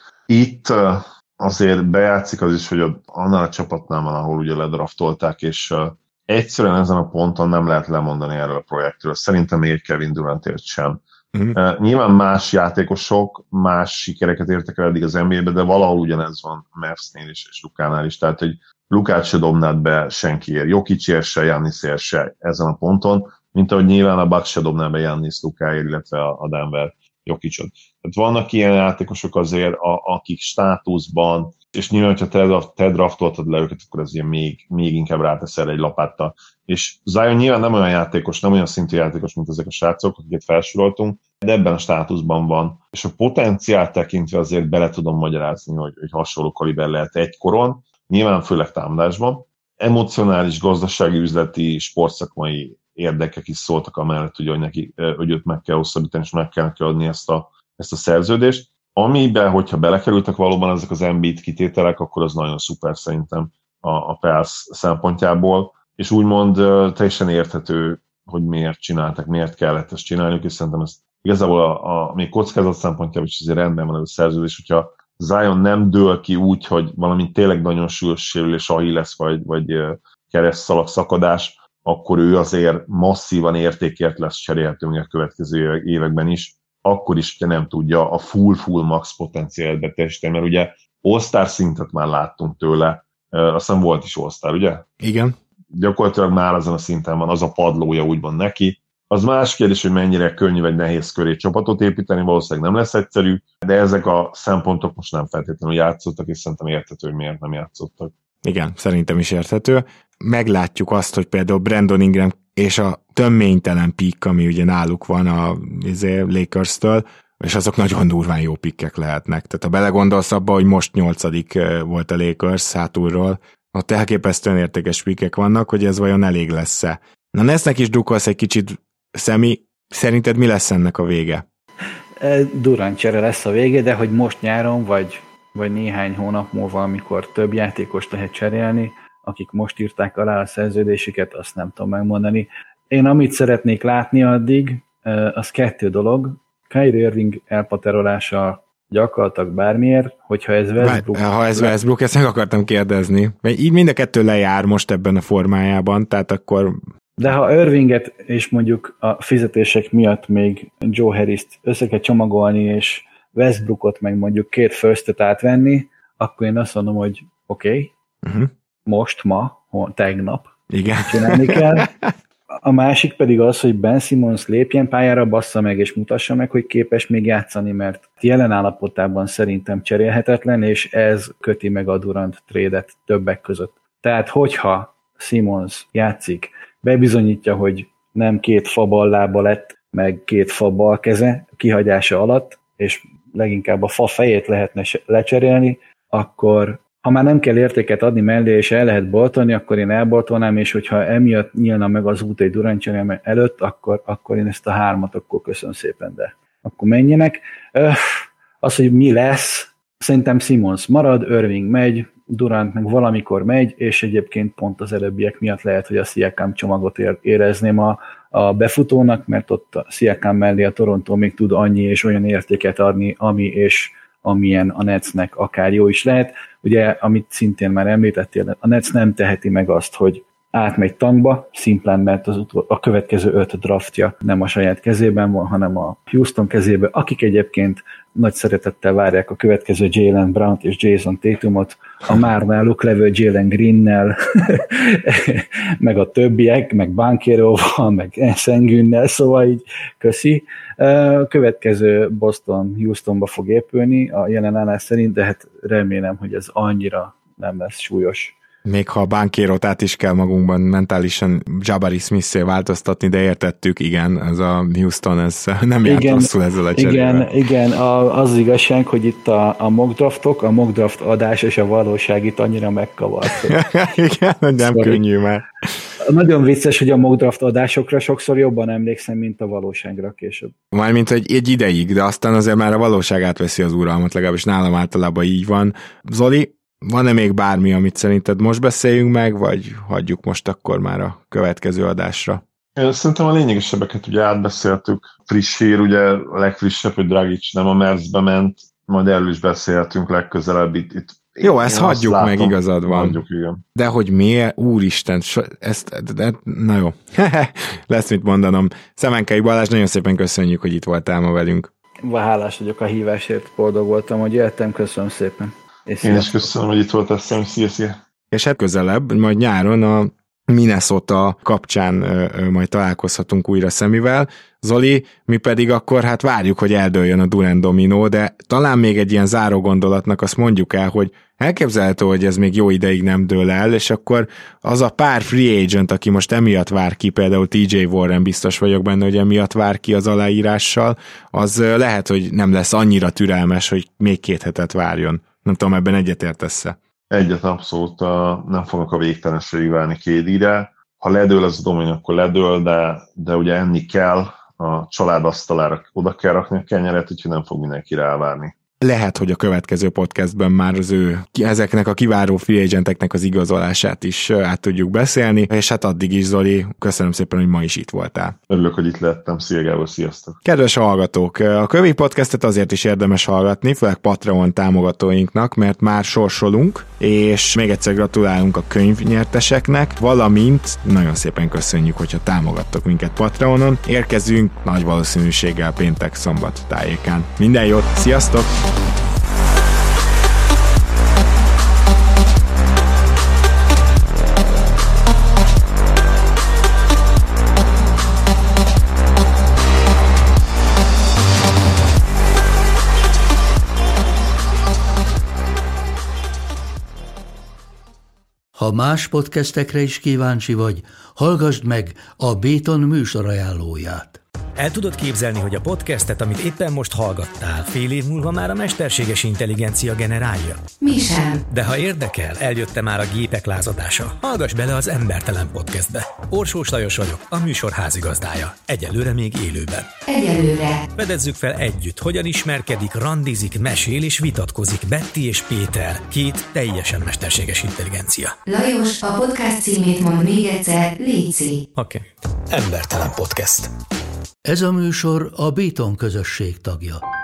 Itt azért bejátszik az is, hogy annál a csapatnál van, ahol ugye ledraftolták, és egyszerűen ezen a ponton nem lehet lemondani erről a projektről. Szerintem még egy Kevin Durantért sem. Uh-huh. Uh, nyilván más játékosok más sikereket értek el eddig az en bé á-be, de valahol ugyanez van Mavsnél is, és Lukánál is, tehát hogy Lukát se dobnád be senkiért, Jokicért se, Giannisért se ezen a ponton, mint ahogy nyilván a Bucks se dobná be Giannis Lukáért, illetve a Denver Jokicot. Tehát vannak ilyen játékosok azért, a, akik státuszban és nyilván, hogyha te, te draftoltad le őket, akkor ez ilyen még, még inkább ráteszel egy lapáttal. És Zion nyilván nem olyan játékos, nem olyan szintű játékos, mint ezek a srácok, akiket felsoroltunk, de ebben a státuszban van. És a potenciált tekintve azért bele tudom magyarázni, hogy, hogy hasonló kaliber lehet egykoron, nyilván főleg támadásban. Emocionális, gazdasági, üzleti, sportszakmai érdekek is szóltak amellett, ugye, hogy, neki, hogy őt meg kell hosszabbítani, és meg kell neki adni ezt a, ezt a szerződést. Amiben, hogyha belekerültek valóban ezek az Embiid kitételek, akkor az nagyon szuper szerintem a, a Pels szempontjából, és úgymond teljesen érthető, hogy miért csináltak, miért kellett ezt csinálniuk, és szerintem ez igazából a, a még kockázat szempontjából is azért rendben van ez a szerződés, hogyha Zion nem dől ki úgy, hogy valami tényleg nagyon súlyos sérülés, Achilles vagy, vagy keresztszalag szakadás, akkor ő azért masszívan értékért lesz cserélhető a következő években is, akkor is, hogyha nem tudja a full-full max potenciált beteljesíteni, mert ugye All-Star szintet már láttunk tőle, azt hiszem volt is All-Star, ugye? Igen. Gyakorlatilag már azon a szinten van, az a padlója úgymond neki. Az más kérdés, hogy mennyire könnyű vagy nehéz köré csapatot építeni, valószínűleg nem lesz egyszerű, de ezek a szempontok most nem feltétlenül játszottak, és szerintem érthető, hogy miért nem játszottak. Igen, szerintem is érthető. Meglátjuk azt, hogy például Brandon Ingram és a töménytelen pick, ami ugye náluk van a Lakers-től, és azok nagyon durván jó pikkek lehetnek. Tehát ha belegondolsz abba, hogy most nyolcadik volt a Lakers hátulról, ott elképesztően értékes pikkek vannak, hogy ez vajon elég lesz-e. Na Nesznek is drukkolsz egy kicsit, Szemi, szerinted mi lesz ennek a vége? Durant csere lesz a vége, de hogy most nyáron, vagy, vagy néhány hónap múlva, amikor több játékost lehet cserélni, akik most írták alá a szerződésüket, azt nem tudom megmondani. Én amit szeretnék látni addig, az kettő dolog. Kyrie Irving elpaterolása gyakorlatilag bármiért, hogyha ez Westbrook... Ha ez Westbrook, ezt meg akartam kérdezni. Mert így mind a kettő lejár most ebben a formájában, tehát akkor... De ha Irvinget és mondjuk a fizetések miatt még Joe Harris-t össze kell csomagolni, és Westbrookot meg mondjuk két firstet átvenni, akkor én azt mondom, hogy oké, okay, uh-huh. most, ma, tegnap igen. csinálni kell. A másik pedig az, hogy Ben Simmons lépjen pályára, bassza meg és mutassa meg, hogy képes még játszani, mert jelen állapotában szerintem cserélhetetlen, és ez köti meg a Durant trade-et többek között. Tehát, hogyha Simmons játszik, bebizonyítja, hogy nem két fa ballába lett, meg két fa balkeze kihagyása alatt, és leginkább a fa fejét lehetne lecserélni, akkor ha már nem kell értéket adni mellé, és el lehet boltolni, akkor én elboltolnám, és hogyha emiatt nyílna meg az út egy Durant cserélme előtt, akkor, akkor én ezt a hármat, akkor köszönöm szépen, de akkor menjenek. Az, hogy mi lesz, szerintem Simmons marad, Irving megy, Durant meg valamikor megy, és egyébként pont az előbbiek miatt lehet, hogy a Siakam csomagot érezném a, a befutónak, mert ott a Siakam mellé a Toronto még tud annyi és olyan értéket adni, ami és amilyen a Netsnek akár jó is lehet. Ugye, amit szintén már említettél, a Nets nem teheti meg azt, hogy átmegy tankba, szimplán, mert az utol, a következő öt draftja nem a saját kezében van, hanem a Houston kezében, akik egyébként nagy szeretettel várják a következő Jaylen Brown-t és Jason Tatumot, a már náluk levő Jalen Greennel, meg a többiek, meg Bankeroval, meg Sengunnel, szóval így köszi. A következő Boston Houstonba fog épülni a jelen állás szerint, de hát remélem, hogy ez annyira nem lesz súlyos. Még ha a Bankérot át is kell magunkban mentálisan Jabari Smith-szé változtatni, de értettük, igen, ez a Houston, ez nem járt igen, rosszul ezzel a cserével. Igen, igen, a, az igazság, hogy itt a, a mock draftok, a mock draft adás és a valóság itt annyira megkavart. Igen, hogy nem szóval könnyű már. Nagyon vicces, hogy a mock draft adásokra sokszor jobban emlékszem, mint a valóságra később. Mármint, hogy egy ideig, de aztán azért már a valóság átveszi az uralmat, legalábbis nálam általában így van. Zoli, van-e még bármi, amit szerinted most beszéljünk meg, vagy hagyjuk most akkor már a következő adásra? Szerintem a lényegesebbeket ugye átbeszéltük. Friss hír, ugye a legfrissebb, hogy Dragic nem a Mavs-be ment, majd erről is beszélhetünk legközelebb itt. itt Jó, ezt hagyjuk látom, meg, igazad van. Hagyjuk, igen. De hogy miért? Úristen, so, ezt, de, na jó, lesz mit mondanom. Szemenkei Balázs, nagyon szépen köszönjük, hogy itt voltál ma velünk. Hálás vagyok a hívásért, boldog voltam, hogy jöttem, köszönöm szépen. És Én is köszönöm, hogy itt voltál, szem, szia, szia. És hát közelebb, majd nyáron a Minnesota kapcsán majd találkozhatunk újra Szemivel. Zoli, mi pedig akkor hát várjuk, hogy eldőljön a Durant dominó, de talán még egy ilyen záró gondolatnak azt mondjuk el, hogy elképzelhető, hogy ez még jó ideig nem dől el, és akkor az a pár free agent, aki most emiatt vár ki, például té jé Warren, biztos vagyok benne, hogy emiatt vár ki az aláírással, az lehet, hogy nem lesz annyira türelmes, hogy még két hetet várjon. Nem tudom, ebben egyetértesz-e? Egyet abszolút nem fognak a végtelenségig várni ká dére. Ha ledől ez a domin, akkor ledől, de, de ugye enni kell, a család asztalára oda kell rakni a kenyeret, úgyhogy nem fog mindenki rávárni. Lehet, hogy a következő podcastben már az ő, ezeknek a kiváró free agenteknek az igazolását is át tudjuk beszélni, és hát addig is, Zoli, köszönöm szépen, hogy ma is itt voltál. Örülök, hogy itt lettem. Szia Gábor, sziasztok! Kedves hallgatók, a Kövi Podcastet azért is érdemes hallgatni, főleg Patreon támogatóinknak, mert már sorsolunk, és még egyszer gratulálunk a könyvnyerteseknek, valamint nagyon szépen köszönjük, hogyha támogattok minket Patreonon. Érkezünk nagy valószínűséggel péntek-szombat tájékán. Minden jót, sziasztok! Ha más podcastekre is kíváncsi vagy, hallgassd meg a Béton műsor ajánlóját. El tudod képzelni, hogy a podcastet, amit éppen most hallgattál, fél év múlva már a mesterséges intelligencia generálja? Mi sem. De ha érdekel, eljött már a gépek lázadása. Hallgass bele az Embertelen Podcastbe. Orsós Lajos vagyok, a műsor házigazdája. Egyelőre még élőben. Egyelőre. Fedezzük fel együtt, hogyan ismerkedik, randizik, mesél és vitatkozik Betty és Péter, két teljesen mesterséges intelligencia. Lajos, a podcast címét mond még egyszer, léci. Oké. Okay. Embertelen Podcast. Ez a műsor a Béton közösség tagja.